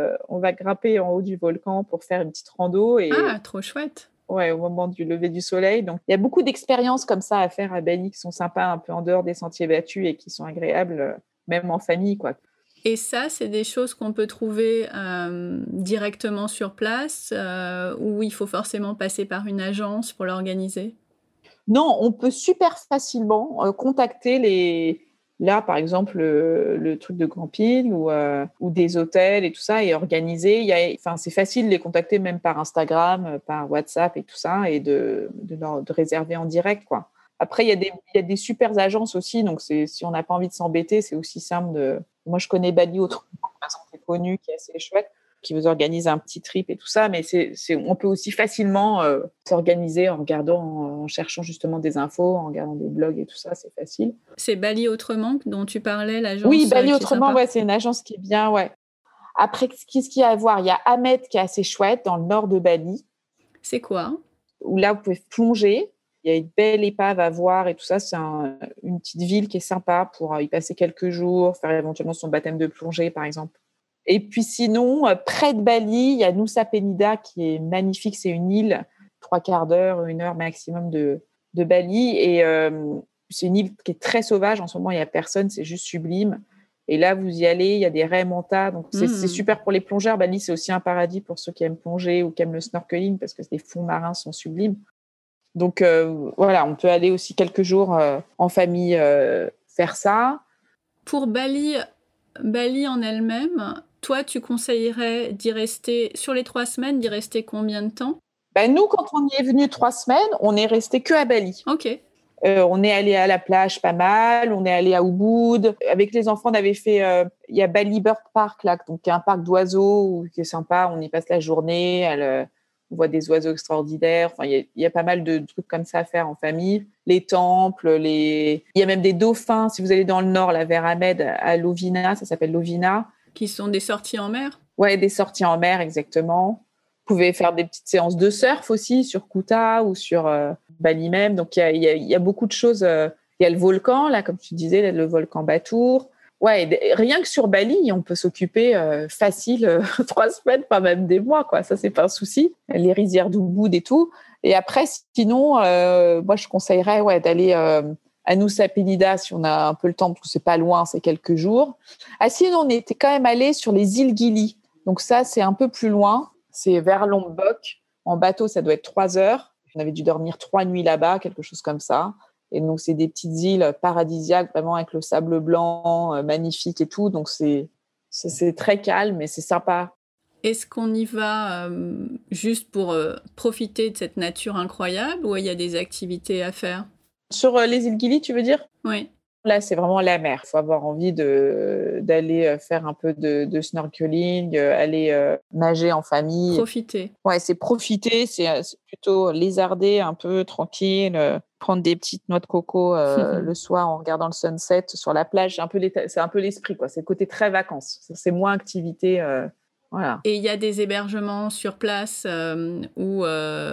va grimper en haut du volcan pour faire une petite rando. Ah, trop chouette. Ouais, au moment du lever du soleil. Donc, il y a beaucoup d'expériences comme ça à faire à Bali qui sont sympas, un peu en dehors des sentiers battus et qui sont agréables, même en famille, quoi. Et ça, c'est des choses qu'on peut trouver directement sur place ou il faut forcément passer par une agence pour l'organiser? Non, on peut super facilement contacter Là, par exemple, le truc de camping ou des hôtels et tout ça est organisé. C'est facile de les contacter même par Instagram, par WhatsApp et tout ça et de réserver en direct, quoi. Après, il y a des super agences aussi. Donc, si on n'a pas envie de s'embêter, c'est aussi simple Moi, je connais Bali Autrement, par exemple, qui est connu, qui est assez chouette, qui vous organise un petit trip et tout ça, mais on peut aussi facilement s'organiser en cherchant justement des infos, en regardant des blogs et tout ça, c'est facile. C'est Bali Autrement dont tu parlais, l'agence? Oui, Bali Autrement, ouais, c'est une agence qui est bien, ouais. Après, qu'est-ce qu'il y a à voir? Il y a Ahmed qui est assez chouette dans le nord de Bali. C'est quoi? Où là, vous pouvez plonger. Il y a une belle épave à voir et tout ça. C'est une petite ville qui est sympa pour y passer quelques jours, faire éventuellement son baptême de plongée, par exemple. Et puis sinon, près de Bali, il y a Nusa Penida qui est magnifique. C'est une île, 3/4 d'heure, 1 heure maximum de Bali. Et c'est une île qui est très sauvage. En ce moment, il n'y a personne. C'est juste sublime. Et là, vous y allez, il y a des raies manta. Donc, c'est super pour les plongeurs. Bali, c'est aussi un paradis pour ceux qui aiment plonger ou qui aiment le snorkeling parce que les fonds marins sont sublimes. Donc, voilà, on peut aller aussi quelques jours en famille faire ça. Pour Bali en elle-même, toi, tu conseillerais d'y rester, sur les 3 semaines, d'y rester combien de temps? Nous, quand on y est venu 3 semaines, on est resté que à Bali. Ok. On est allé à la plage pas mal, on est allé à Ubud. Avec les enfants, on avait fait, il y a Bali Bird Park, là, donc qui est un parc d'oiseaux qui est sympa. On y passe la journée, on voit des oiseaux extraordinaires. Enfin, il y a pas mal de trucs comme ça à faire en famille. Les temples, il y a même des dauphins. Si vous allez dans le nord, là, vers Ahmed, à Lovina, ça s'appelle Lovina. Qui sont des sorties en mer? Ouais, des sorties en mer, exactement. Vous pouvez faire des petites séances de surf aussi sur Kuta ou sur Bali même. Donc, il y a beaucoup de choses. Il y a le volcan, là, comme tu disais, le volcan Batour. Ouais, rien que sur Bali, on peut s'occuper facile 3 semaines, pas même des mois, quoi. Ça, c'est pas un souci. Les rizières d'Ubud et tout. Et après, sinon, moi, je conseillerais d'aller à Nusa Penida si on a un peu le temps, parce que c'est pas loin, c'est quelques jours. Ah, sinon, on était quand même allé sur les îles Gili. Donc ça, c'est un peu plus loin. C'est vers Lombok. En bateau, ça doit être 3 heures. On avait dû dormir 3 nuits là-bas, quelque chose comme ça. Et donc, c'est des petites îles paradisiaques, vraiment avec le sable blanc, magnifique et tout. Donc, c'est très calme et c'est sympa. Est-ce qu'on y va juste pour profiter de cette nature incroyable ou il y a des activités à faire? Sur les îles Gili, tu veux dire? Oui. Là, c'est vraiment la mer. Il faut avoir envie d'aller faire un peu de snorkeling, aller nager en famille. Profiter. Ouais, c'est profiter, c'est plutôt lézarder un peu tranquille, prendre des petites noix de coco le soir en regardant le sunset sur la plage. C'est un peu l'esprit, quoi. C'est le côté très vacances. C'est moins activité. Voilà. Et il y a des hébergements sur place où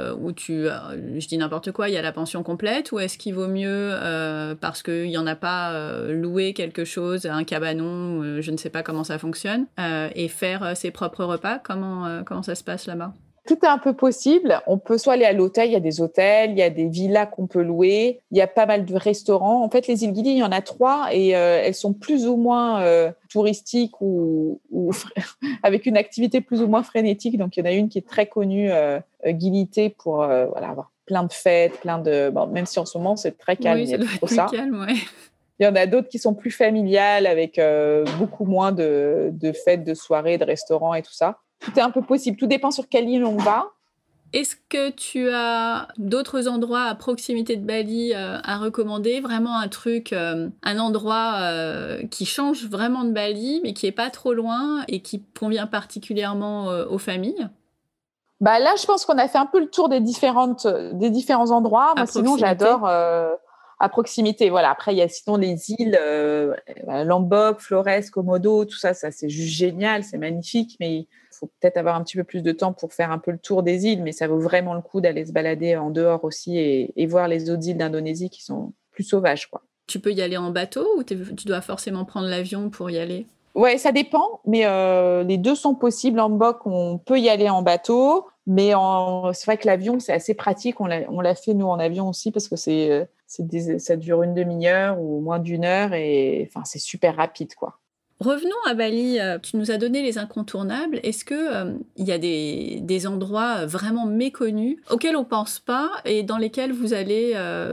je dis n'importe quoi, il y a la pension complète, ou est-ce qu'il vaut mieux, parce qu'il n'y en a pas, louer quelque chose, un cabanon, je ne sais pas comment ça fonctionne, et faire ses propres repas? Comment ça se passe là-bas? Tout est un peu possible. On peut soit aller à l'hôtel, il y a des hôtels, il y a des villas qu'on peut louer, il y a pas mal de restaurants. En fait, les îles Gili, il y en a 3 et elles sont plus ou moins touristiques ou avec une activité plus ou moins frénétique. Donc, il y en a une qui est très connue, Gili pour avoir plein de fêtes, même si en ce moment, c'est très calme. Oui, ça doit être plus calme, ouais. Il y en a d'autres qui sont plus familiales avec beaucoup moins de fêtes, de soirées, de restaurants et tout ça. Tout est un peu possible. Tout dépend sur quelle île on va. Est-ce que tu as d'autres endroits à proximité de Bali à recommander? Vraiment un truc, un endroit qui change vraiment de Bali, mais qui est pas trop loin et qui convient particulièrement aux familles? Bah là, je pense qu'on a fait un peu le tour des différents endroits. Moi, sinon, j'adore à proximité. Voilà. Après, il y a sinon les îles, Lombok, Flores, Komodo, tout ça, c'est juste génial, c'est magnifique. Mais il faut peut-être avoir un petit peu plus de temps pour faire un peu le tour des îles. Mais ça vaut vraiment le coup d'aller se balader en dehors aussi et voir les autres îles d'Indonésie qui sont plus sauvages, quoi. Tu peux y aller en bateau ou tu dois forcément prendre l'avion pour y aller? Ouais, ça dépend, mais les deux sont possibles. En Lombok, on peut y aller en bateau, mais c'est vrai que l'avion, c'est assez pratique. On l'a fait, nous, en avion aussi, parce que ça dure une demi-heure ou moins d'une heure, et enfin, c'est super rapide, quoi. Revenons à Bali, tu nous as donné les incontournables. Est-ce que il y a des endroits vraiment méconnus auxquels on pense pas et dans lesquels vous allez,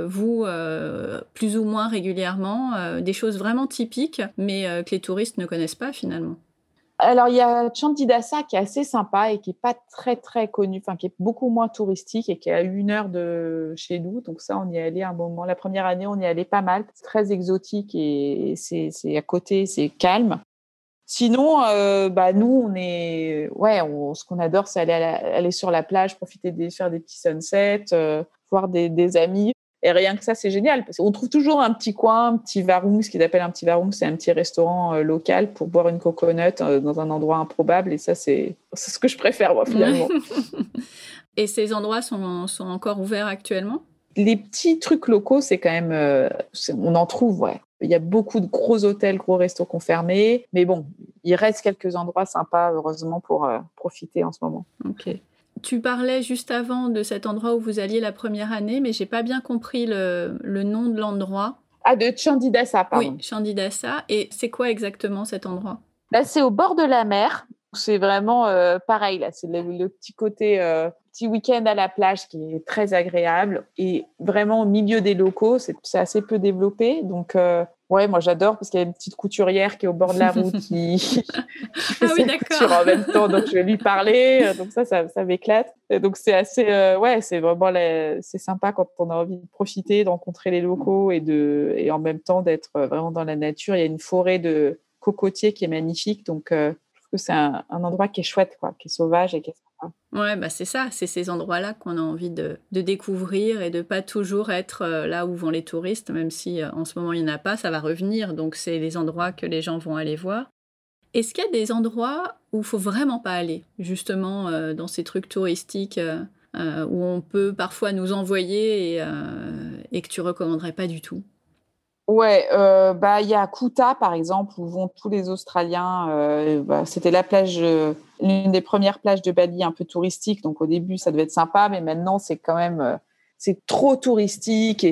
plus ou moins régulièrement, des choses vraiment typiques, mais que les touristes ne connaissent pas finalement? Alors, il y a Chandidasa qui est assez sympa et qui est pas très, très connu, enfin, qui est beaucoup moins touristique et qui est à 1 heure de chez nous. Donc ça, on y est allé un bon moment. La première année, on y est allé pas mal. C'est très exotique et c'est à côté, c'est calme. Sinon, nous, ce qu'on adore, c'est aller sur la plage, faire des petits sunsets, voir des amis. Et rien que ça, c'est génial. Parce qu'on trouve toujours un petit coin, un petit warung, ce qu'ils appellent un petit warung, c'est un petit restaurant local pour boire une coconut dans un endroit improbable. Et ça, c'est ce que je préfère, moi, finalement. Et ces endroits sont encore ouverts actuellement? Les petits trucs locaux, c'est quand même... on en trouve, ouais. Il y a beaucoup de gros hôtels, gros restos qui ont fermé. Mais bon, il reste quelques endroits sympas, heureusement, pour profiter en ce moment. Ok. Tu parlais juste avant de cet endroit où vous alliez la première année, mais j'ai pas bien compris le nom de l'endroit. Ah, de Chandidasa, pardon. Oui, Chandidasa. Et c'est quoi exactement cet endroit? Là, c'est au bord de la mer. C'est vraiment pareil. Là, c'est le petit côté, petit week-end à la plage qui est très agréable et vraiment au milieu des locaux. C'est assez peu développé. Donc, ouais, moi, j'adore parce qu'il y a une petite couturière qui est au bord de la route qui fait sa couture en même temps. Donc, je vais lui parler. Donc, ça m'éclate. Et donc, c'est assez, c'est vraiment c'est sympa quand on a envie de profiter, de rencontrer les locaux et en même temps d'être vraiment dans la nature. Il y a une forêt de cocotiers qui est magnifique. Donc, que c'est un endroit qui est chouette, quoi, qui est sauvage et qui est sympa. Ouais, bah c'est ça, c'est ces endroits-là qu'on a envie de découvrir et de pas toujours être là où vont les touristes, même si en ce moment il n'y en a pas, ça va revenir, donc c'est les endroits que les gens vont aller voir. Est-ce qu'il y a des endroits où il faut vraiment pas aller, justement dans ces trucs touristiques où on peut parfois nous envoyer et que tu recommanderais pas du tout? Ouais, il y a Kuta, par exemple, où vont tous les Australiens. C'était la plage, l'une des premières plages de Bali un peu touristique. Donc, au début, ça devait être sympa, mais maintenant, c'est quand même, c'est trop touristique et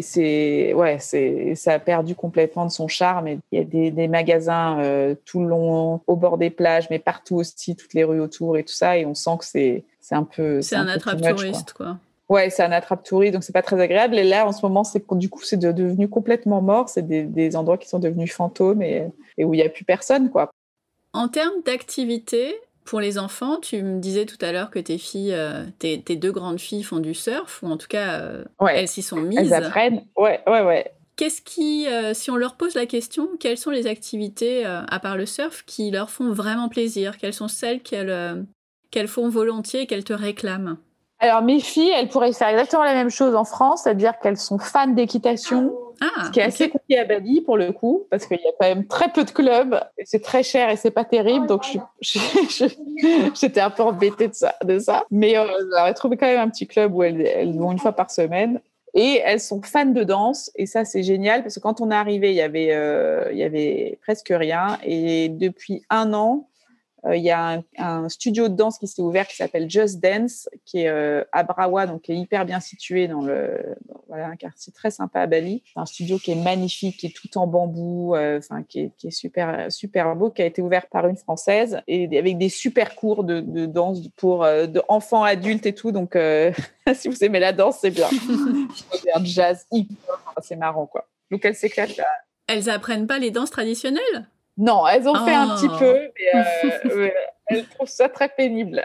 ça a perdu complètement de son charme. Et il y a des magasins tout le long, au bord des plages, mais partout aussi, toutes les rues autour et tout ça. Et on sent que c'est un peu... C'est un attrape-touriste, quoi. Ouais, c'est un attrape-touriste, donc c'est pas très agréable. Et là, en ce moment, c'est devenu complètement mort. C'est des endroits qui sont devenus fantômes et où il n'y a plus personne, quoi. En termes d'activité, pour les enfants, tu me disais tout à l'heure que tes filles, tes 2 grandes filles font du surf, ou en tout cas, elles s'y sont mises. Elles apprennent. Ouais. Si on leur pose la question, quelles sont les activités, à part le surf, qui leur font vraiment plaisir? Quelles sont celles qu'elles font volontiers et qu'elles te réclament? Alors, mes filles, elles pourraient faire exactement la même chose en France, c'est-à-dire qu'elles sont fans d'équitation, ce qui est assez compliqué à Bali pour le coup, parce qu'il y a quand même très peu de clubs, et c'est très cher et c'est pas terrible, donc j'étais un peu embêtée de ça. Mais j'aurais trouvé quand même un petit club où elles vont une fois par semaine. Et elles sont fans de danse, et ça c'est génial, parce que quand on est arrivé, il y avait presque rien, et depuis 1 an, il y a un studio de danse qui s'est ouvert qui s'appelle Just Dance, qui est à Brawa, donc qui est hyper bien situé dans un quartier très sympa à Bali. C'est un studio qui est magnifique, qui est tout en bambou, qui est super super beau, qui a été ouvert par une Française, et avec des super cours de danse pour de enfants, adultes et tout. Donc si vous aimez la danse, c'est bien. Moderne, jazz, hip-hop, c'est marrant quoi. Donc elles s'éclatent là. Elles apprennent pas les danses traditionnelles? Non, elles ont fait un petit peu, mais elles trouvent ça très pénible.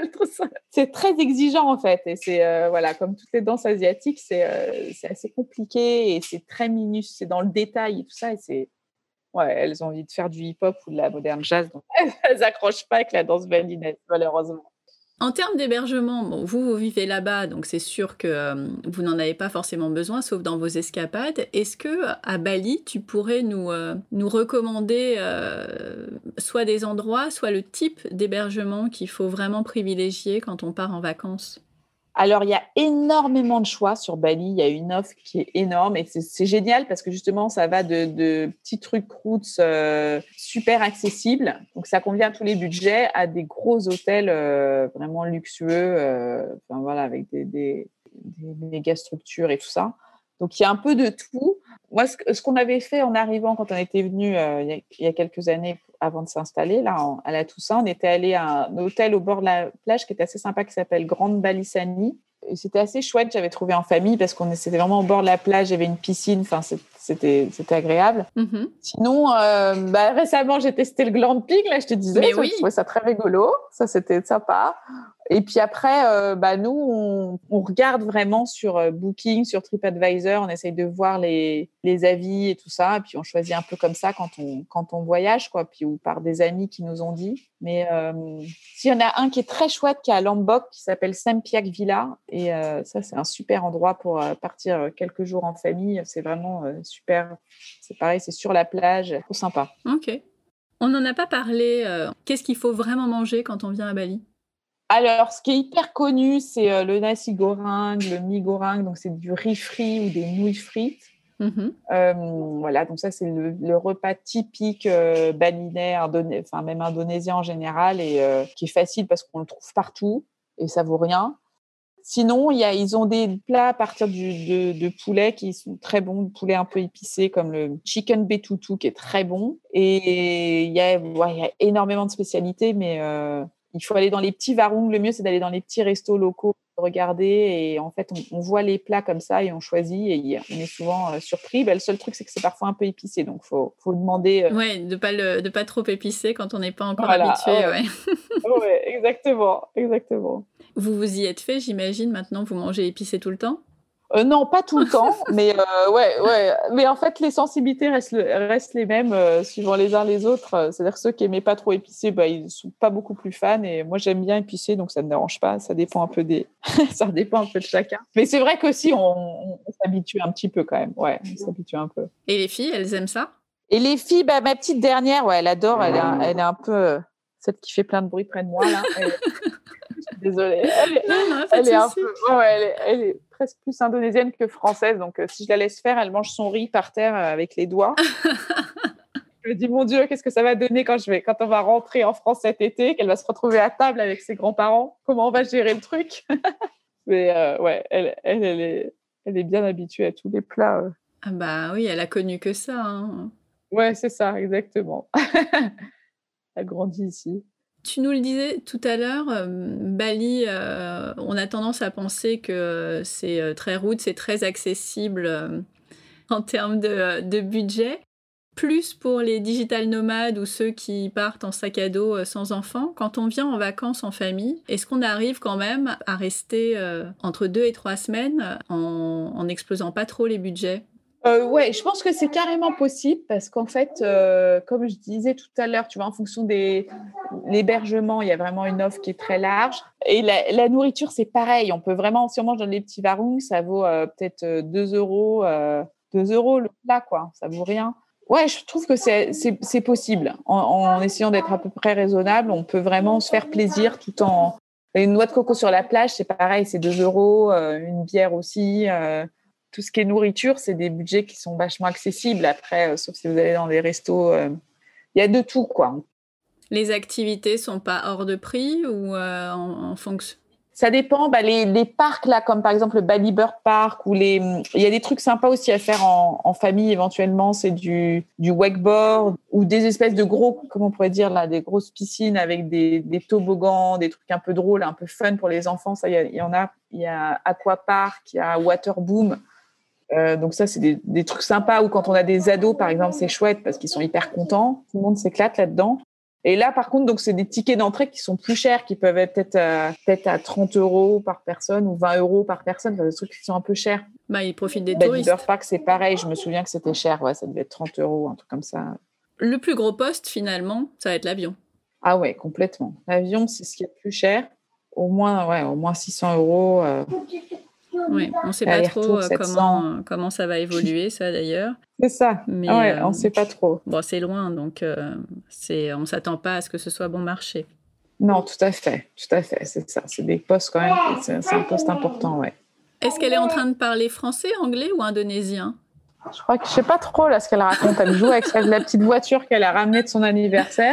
C'est très exigeant en fait, et c'est voilà, comme toutes les danses asiatiques, c'est assez compliqué et c'est très minutieux, c'est dans le détail et tout ça, et elles ont envie de faire du hip-hop ou de la moderne jazz, donc elles accrochent pas avec la danse balinaise malheureusement. En termes d'hébergement, bon, vous vivez là-bas, donc c'est sûr que vous n'en avez pas forcément besoin, sauf dans vos escapades. Est-ce que à Bali, tu pourrais nous recommander soit des endroits, soit le type d'hébergement qu'il faut vraiment privilégier quand on part en vacances? Alors, il y a énormément de choix sur Bali. Il y a une offre qui est énorme, et c'est génial parce que justement, ça va de petits trucs roots super accessibles. Donc, ça convient à tous les budgets, à des gros hôtels vraiment luxueux, avec des méga structures et tout ça. Donc, il y a un peu de tout. Moi, ce qu'on avait fait en arrivant quand on était venu il y a quelques années avant de s'installer là à la Toussaint, on était allé à un hôtel au bord de la plage qui est assez sympa, qui s'appelle Grande Balisani. Et c'était assez chouette, j'avais trouvé en famille parce c'était vraiment au bord de la plage, il y avait une piscine, enfin c'était agréable. Mm-hmm. Sinon, récemment j'ai testé le glamping, là je te disais, je trouvais ça très rigolo, ça c'était sympa. Et puis après, nous, on regarde vraiment sur Booking, sur TripAdvisor, on essaye de voir les avis et tout ça, et puis on choisit un peu comme ça quand on voyage, quoi, puis ou par des amis qui nous ont dit. Mais s'il y en a un qui est très chouette, qui est à Lombok, qui s'appelle Sempiak Villa, et ça c'est un super endroit pour partir quelques jours en famille, c'est vraiment super. C'est pareil, c'est sur la plage, trop sympa. Ok. On n'en a pas parlé. Qu'est-ce qu'il faut vraiment manger quand on vient à Bali? Alors, ce qui est hyper connu, c'est le nasi goreng, le mi goreng, donc c'est du riz frit ou des nouilles frites. Mm-hmm. Voilà, donc ça, c'est le repas typique balinais, même indonésien en général, et qui est facile parce qu'on le trouve partout et ça vaut rien. Sinon, ils ont des plats à partir de poulet qui sont très bons, de poulet un peu épicé, comme le chicken betutu qui est très bon. Et il y a énormément de spécialités, mais il faut aller dans les petits warung. Le mieux, c'est d'aller dans les petits restos locaux, regarder, et en fait, on voit les plats comme ça et on choisit, et on est souvent surpris. Le seul truc, c'est que c'est parfois un peu épicé, donc faut demander. Ouais, de pas trop épicé quand on n'est pas encore habitué. Ouais. Ouais, exactement. Vous vous y êtes fait, j'imagine. Maintenant, vous mangez épicé tout le temps? Non, pas tout le temps, mais ouais. Mais en fait, les sensibilités restent les mêmes suivant les uns les autres. C'est-à-dire que ceux qui aimaient pas trop épicé, ils sont pas beaucoup plus fans. Et moi, j'aime bien épicé, donc ça ne me dérange pas. Ça dépend un peu ça dépend un peu de chacun. Mais c'est vrai qu'aussi, on s'habitue un petit peu quand même. Ouais, on s'habitue un peu. Et les filles, elles aiment ça? Et les filles, ma petite dernière, elle adore. Elle est un peu celle qui fait plein de bruit près de moi là. Désolée. Elle est un peu, elle est presque plus indonésienne que française, donc si je la laisse faire, elle mange son riz par terre avec les doigts. Je me dis, mon Dieu, qu'est-ce que ça va donner quand on va rentrer en France cet été, qu'elle va se retrouver à table avec ses grands-parents. Comment on va gérer le truc? Mais elle est bien habituée à tous les plats. Ah bah oui, elle a connu que ça. Hein. Ouais, c'est ça, exactement. Elle a grandi ici. Tu nous le disais tout à l'heure, Bali, on a tendance à penser que c'est très roots, c'est très accessible en termes de budget. Plus pour les digital nomades ou ceux qui partent en sac à dos sans enfants. Quand on vient en vacances en famille, est-ce qu'on arrive quand même à rester entre 2 et 3 semaines en n'explosant pas trop les budgets? Ouais, je pense que c'est carrément possible parce qu'en fait, comme je disais tout à l'heure, tu vois, en fonction de l'hébergement, il y a vraiment une offre qui est très large. Et la nourriture, c'est pareil. On peut vraiment, si on mange dans les petits warungs, ça vaut peut-être 2 euros, 2 euros le plat, quoi. Ça vaut rien. Ouais, je trouve que c'est possible. En essayant d'être à peu près raisonnable, on peut vraiment se faire plaisir tout en. Une noix de coco sur la plage, c'est pareil, c'est 2 euros. Une bière aussi. Tout ce qui est nourriture, c'est des budgets qui sont vachement accessibles. Après, sauf si vous allez dans des restos, il y a de tout, quoi. Les activités sont pas hors de prix ou en fonction? Ça dépend. Les parcs, là, comme par exemple le Bali Bird Park, il y a des trucs sympas aussi à faire en famille éventuellement. C'est du wakeboard ou des espèces de gros, comment on pourrait dire, là, des grosses piscines avec des toboggans, des trucs un peu drôles, un peu fun pour les enfants. Ça, il y en a. Il y a Aquapark, il y a Waterboom. Donc ça, c'est des trucs sympas où quand on a des ados, par exemple, c'est chouette parce qu'ils sont hyper contents. Tout le monde s'éclate là-dedans. Et là, par contre, donc c'est des tickets d'entrée qui sont plus chers, qui peuvent être peut-être à 30 euros par personne ou 20 euros par personne. Enfin, des trucs qui sont un peu chers. Bah, ils profitent des Bali touristes. Bird Park, c'est pareil. Je me souviens que c'était cher. Ouais, ça devait être 30 euros, un truc comme ça. Le plus gros poste, finalement, ça va être l'avion. Ah ouais, complètement. L'avion, c'est ce qui est le plus cher. Au moins 600 euros. Oui, on ne sait pas trop comment ça va évoluer, ça d'ailleurs. C'est ça. Mais ouais, on ne sait pas trop. Bon, c'est loin, donc on ne s'attend pas à ce que ce soit bon marché. Non, tout à fait, c'est ça. C'est des postes quand même, c'est un poste important, ouais. Est-ce qu'elle est en train de parler français, anglais ou indonésien? Je sais pas trop là ce qu'elle raconte. Elle joue avec la petite voiture qu'elle a ramenée de son anniversaire.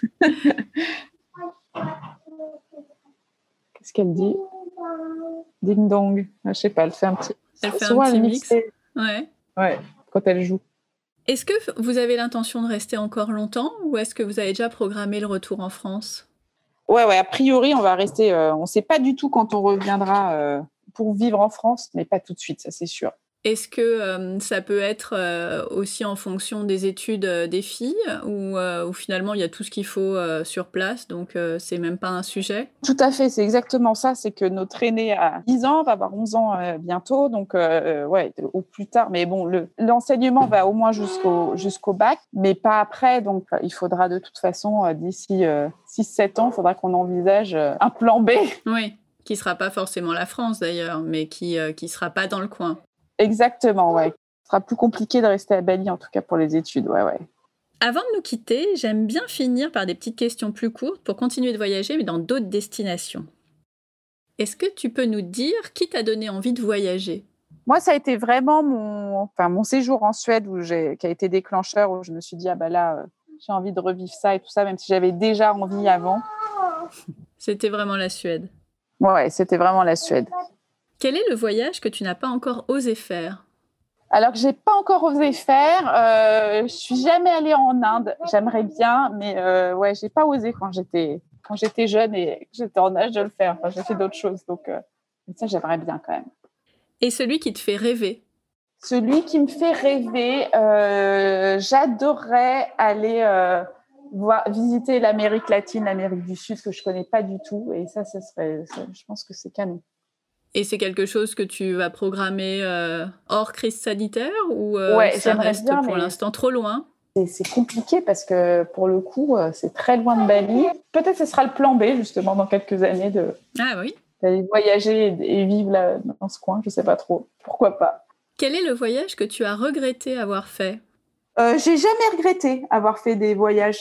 Qu'est-ce qu'elle dit? Ding dong. Je sais pas, elle fait un petit. Elle fait un petit mix. Ouais, quand elle joue. Est-ce que vous avez l'intention de rester encore longtemps ou est-ce que vous avez déjà programmé le retour en France? Ouais, a priori, on va rester. On ne sait pas du tout quand on reviendra pour vivre en France, mais pas tout de suite, ça c'est sûr. Est-ce que ça peut être aussi en fonction des études des filles ou finalement il y a tout ce qu'il faut sur place, donc c'est même pas un sujet? Tout à fait, c'est exactement ça. C'est que notre aîné a 10 ans, va avoir 11 ans bientôt, donc ouais, au plus tard. Mais bon, l'enseignement va au moins jusqu'au bac, mais pas après. Donc il faudra de toute façon, d'ici 6-7 ans, il faudra qu'on envisage un plan B. Oui, qui sera pas forcément la France d'ailleurs, mais qui sera pas dans le coin. Exactement, ouais. Ce sera plus compliqué de rester à Bali, en tout cas pour les études, ouais. Avant de nous quitter, j'aime bien finir par des petites questions plus courtes pour continuer de voyager, mais dans d'autres destinations. Est-ce que tu peux nous dire qui t'a donné envie de voyager? Moi, ça a été vraiment mon séjour en Suède qui a été déclencheur, où je me suis dit, j'ai envie de revivre ça et tout ça, même si j'avais déjà envie avant. C'était vraiment la Suède. Ouais, c'était vraiment la Suède. Quel est le voyage que tu n'as pas encore osé faire? Alors que j'ai pas encore osé faire, je suis jamais allée en Inde. J'aimerais bien, mais ouais, j'ai pas osé quand j'étais jeune et que j'étais en âge de le faire. Enfin, j'ai fait d'autres choses, donc ça j'aimerais bien quand même. Et celui qui te fait rêver? Celui qui me fait rêver, j'adorerais aller visiter l'Amérique latine, l'Amérique du Sud que je connais pas du tout, et ça je pense que c'est canon. Et c'est quelque chose que tu vas programmer hors crise sanitaire ou ouais, ça reste bien, pour l'instant trop loin? C'est compliqué parce que pour le coup, c'est très loin de Bali. Peut-être que ce sera le plan B justement dans quelques années d'aller voyager et vivre là, dans ce coin. Je sais pas trop. Pourquoi pas? Quel est le voyage que tu as regretté avoir fait? J'ai jamais regretté avoir fait des voyages.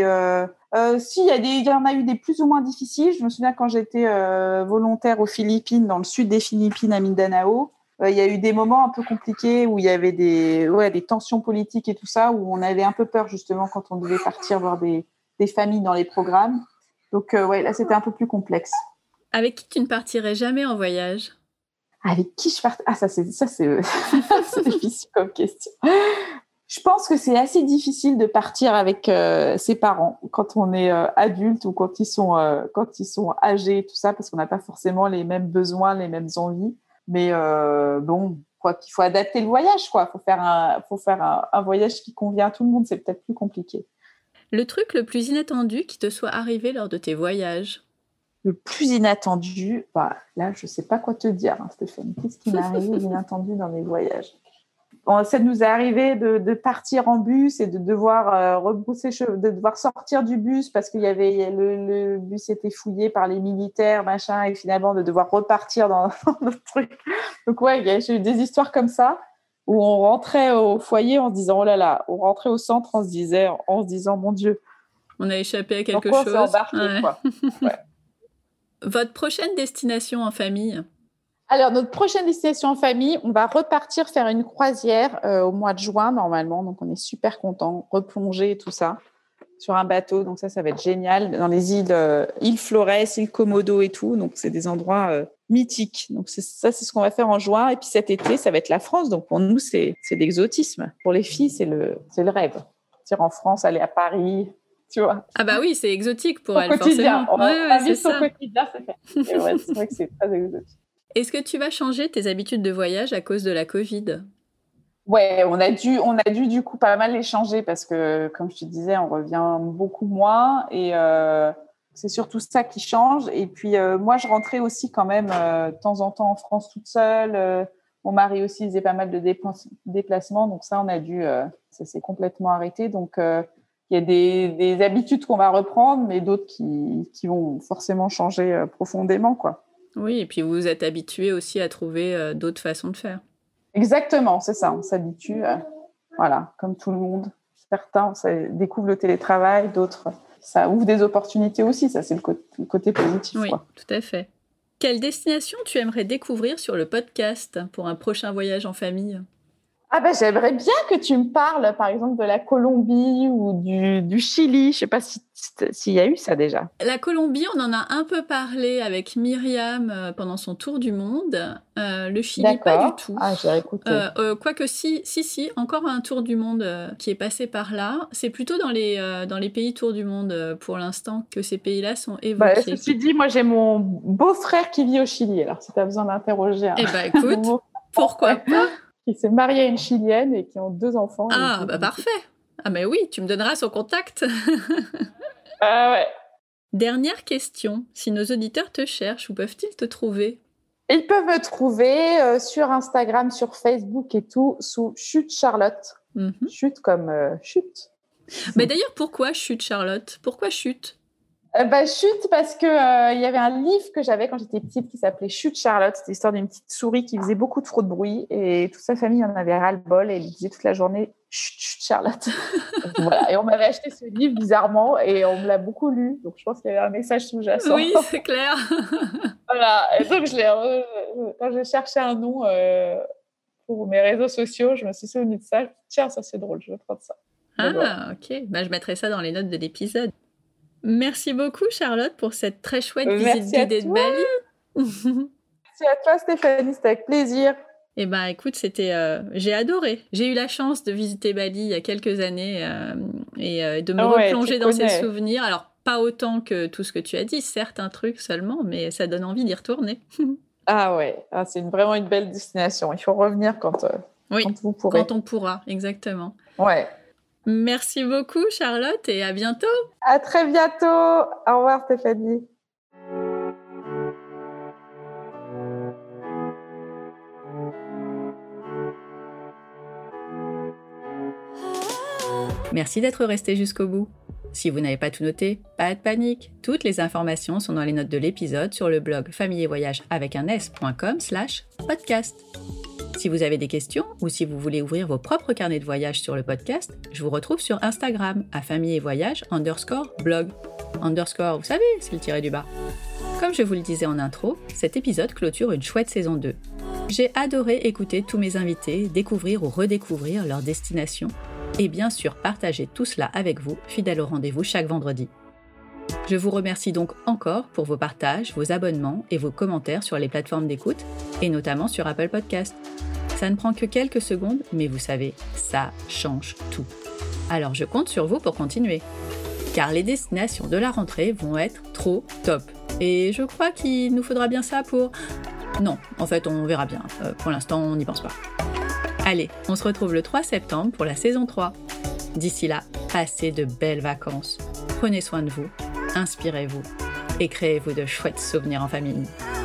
Si, il y en a eu des plus ou moins difficiles. Je me souviens quand j'étais volontaire aux Philippines, dans le sud des Philippines, à Mindanao, il y a eu des moments un peu compliqués où il y avait des tensions politiques et tout ça, où on avait un peu peur justement quand on devait partir voir des familles dans les programmes. Donc là, c'était un peu plus complexe. Avec qui tu ne partirais jamais en voyage? Avec qui je partirais? Ah, ça c'est c'est difficile comme question. Je pense que c'est assez difficile de partir avec ses parents quand on est adulte ou quand ils sont âgés et tout ça, parce qu'on n'a pas forcément les mêmes besoins, les mêmes envies. Mais bon, quoi qu'il faut adapter le voyage, quoi. Faut faire un voyage qui convient à tout le monde. C'est peut-être plus compliqué. Le truc le plus inattendu qui te soit arrivé lors de tes voyages? Le plus inattendu, là, je sais pas quoi te dire, hein, Stéphanie. Qu'est-ce qui m'est arrivé d'inattendu dans mes voyages? ça nous est arrivé de partir en bus et de devoir de devoir sortir du bus parce qu'il y avait le bus était fouillé par les militaires, machin, et finalement de devoir repartir dans notre truc. Donc ouais, j'ai eu des histoires comme ça où on rentrait au foyer en se disant oh là là, on rentrait au centre en se disant mon Dieu, on a échappé à quelque chose. On s'est embarqué, quoi. Ouais. Votre prochaine destination en famille? Alors, notre prochaine destination en famille, on va repartir faire une croisière au mois de juin, normalement. Donc, on est super contents. Replonger et tout ça sur un bateau. Donc, ça va être génial. Dans les îles Flores, îles Komodo et tout. Donc, c'est des endroits mythiques. Donc, c'est ce qu'on va faire en juin. Et puis, cet été, ça va être la France. Donc, pour nous, c'est l'exotisme. Pour les filles, c'est le rêve. Partir en France, aller à Paris, tu vois. Ah bah oui, c'est exotique pour elle, quotidien. Forcément. On va vivre son quotidien, c'est fait. Et ouais, c'est vrai que c'est très exotique. Est-ce que tu vas changer tes habitudes de voyage à cause de la Covid? Ouais, on a dû du coup pas mal les changer parce que, comme je te disais, on revient beaucoup moins et c'est surtout ça qui change. Et puis, moi, je rentrais aussi quand même de temps en temps en France toute seule. Mon mari aussi faisait pas mal de déplacements. Donc ça, on a dû... ça s'est complètement arrêté. Donc, il y a des habitudes qu'on va reprendre, mais d'autres qui vont forcément changer profondément, quoi. Oui, et puis vous vous êtes habitué aussi à trouver d'autres façons de faire. Exactement, c'est ça. On s'habitue, voilà, comme tout le monde. Certains découvrent le télétravail, d'autres, ça ouvre des opportunités aussi. Ça, c'est le côté positif. Oui, quoi. Tout à fait. Quelle destination tu aimerais découvrir sur le podcast pour un prochain voyage en famille? Ah ben, j'aimerais bien que tu me parles, par exemple, de la Colombie ou du Chili. Je sais pas s'il y a eu ça déjà. La Colombie, on en a un peu parlé avec Myriam pendant son tour du monde. Le Chili, D'accord. pas du tout. Ah, j'ai écouté. Quoique si, encore un tour du monde qui est passé par là. C'est plutôt dans les pays tour du monde pour l'instant que ces pays-là sont évoqués. Ceci dit, moi j'ai mon beau-frère qui vit au Chili. Alors si tu as besoin d'interroger. Eh ben écoute, pourquoi pas? Qui s'est marié à une Chilienne et qui ont 2 enfants. Ah, bah parfait. Ah, mais oui, tu me donneras son contact. Ah ouais. Dernière question. Si nos auditeurs te cherchent, où peuvent-ils te trouver? Ils peuvent me trouver sur Instagram, sur Facebook et tout, sous Chute Charlotte. Mm-hmm. Chute comme chute. Mais d'ailleurs, pourquoi Chute Charlotte? Pourquoi Chute? Chute parce que y avait un livre que j'avais quand j'étais petite qui s'appelait Chute Charlotte. C'était l'histoire d'une petite souris qui faisait beaucoup trop de bruit et toute sa famille en avait ras-le-bol et elle disait toute la journée Chute, Chute Charlotte. Voilà. Et on m'avait acheté ce livre bizarrement et on me l'a beaucoup lu. Donc je pense qu'il y avait un message sous-jacent. Oui, c'est clair. Voilà. Et donc quand j'ai cherché un nom pour mes réseaux sociaux, je me suis souvenue de ça. Tiens, ça c'est drôle, je vais prendre ça. Ah, voilà. Ok. Je mettrai ça dans les notes de l'épisode. Merci beaucoup, Charlotte, pour cette très chouette visite guidée de Bali. Merci à toi, Stéphanie, c'était avec plaisir. Eh ben, écoute, j'ai adoré. J'ai eu la chance de visiter Bali il y a quelques années et de me replonger dans ces souvenirs. Alors, pas autant que tout ce que tu as dit, certains trucs seulement, mais ça donne envie d'y retourner. Ah ouais, c'est vraiment une belle destination. Il faut revenir quand vous pourrez. Quand on pourra, exactement. Ouais. Merci beaucoup, Charlotte, et à bientôt. À très bientôt. Au revoir, Stéphanie. Merci d'être resté jusqu'au bout. Si vous n'avez pas tout noté, pas de panique. Toutes les informations sont dans les notes de l'épisode sur le blog familleetvoyage avec un s.com/podcast. Si vous avez des questions ou si vous voulez ouvrir vos propres carnets de voyage sur le podcast, je vous retrouve sur Instagram à familleetvoyage_blog. Underscore, vous savez, c'est le tiré du bas. Comme je vous le disais en intro, cet épisode clôture une chouette saison 2. J'ai adoré écouter tous mes invités, découvrir ou redécouvrir leur destination et bien sûr partager tout cela avec vous, fidèle au rendez-vous chaque vendredi. Je vous remercie donc encore pour vos partages, vos abonnements et vos commentaires sur les plateformes d'écoute, et notamment sur Apple Podcast. Ça ne prend que quelques secondes, mais vous savez, ça change tout. Alors je compte sur vous pour continuer. Car les destinations de la rentrée vont être trop top. Et je crois qu'il nous faudra bien ça pour... Non, en fait on verra bien. Pour l'instant on n'y pense pas. Allez, on se retrouve le 3 septembre pour la saison 3. D'ici là, passez de belles vacances. Prenez soin de vous, inspirez-vous et créez-vous de chouettes souvenirs en famille.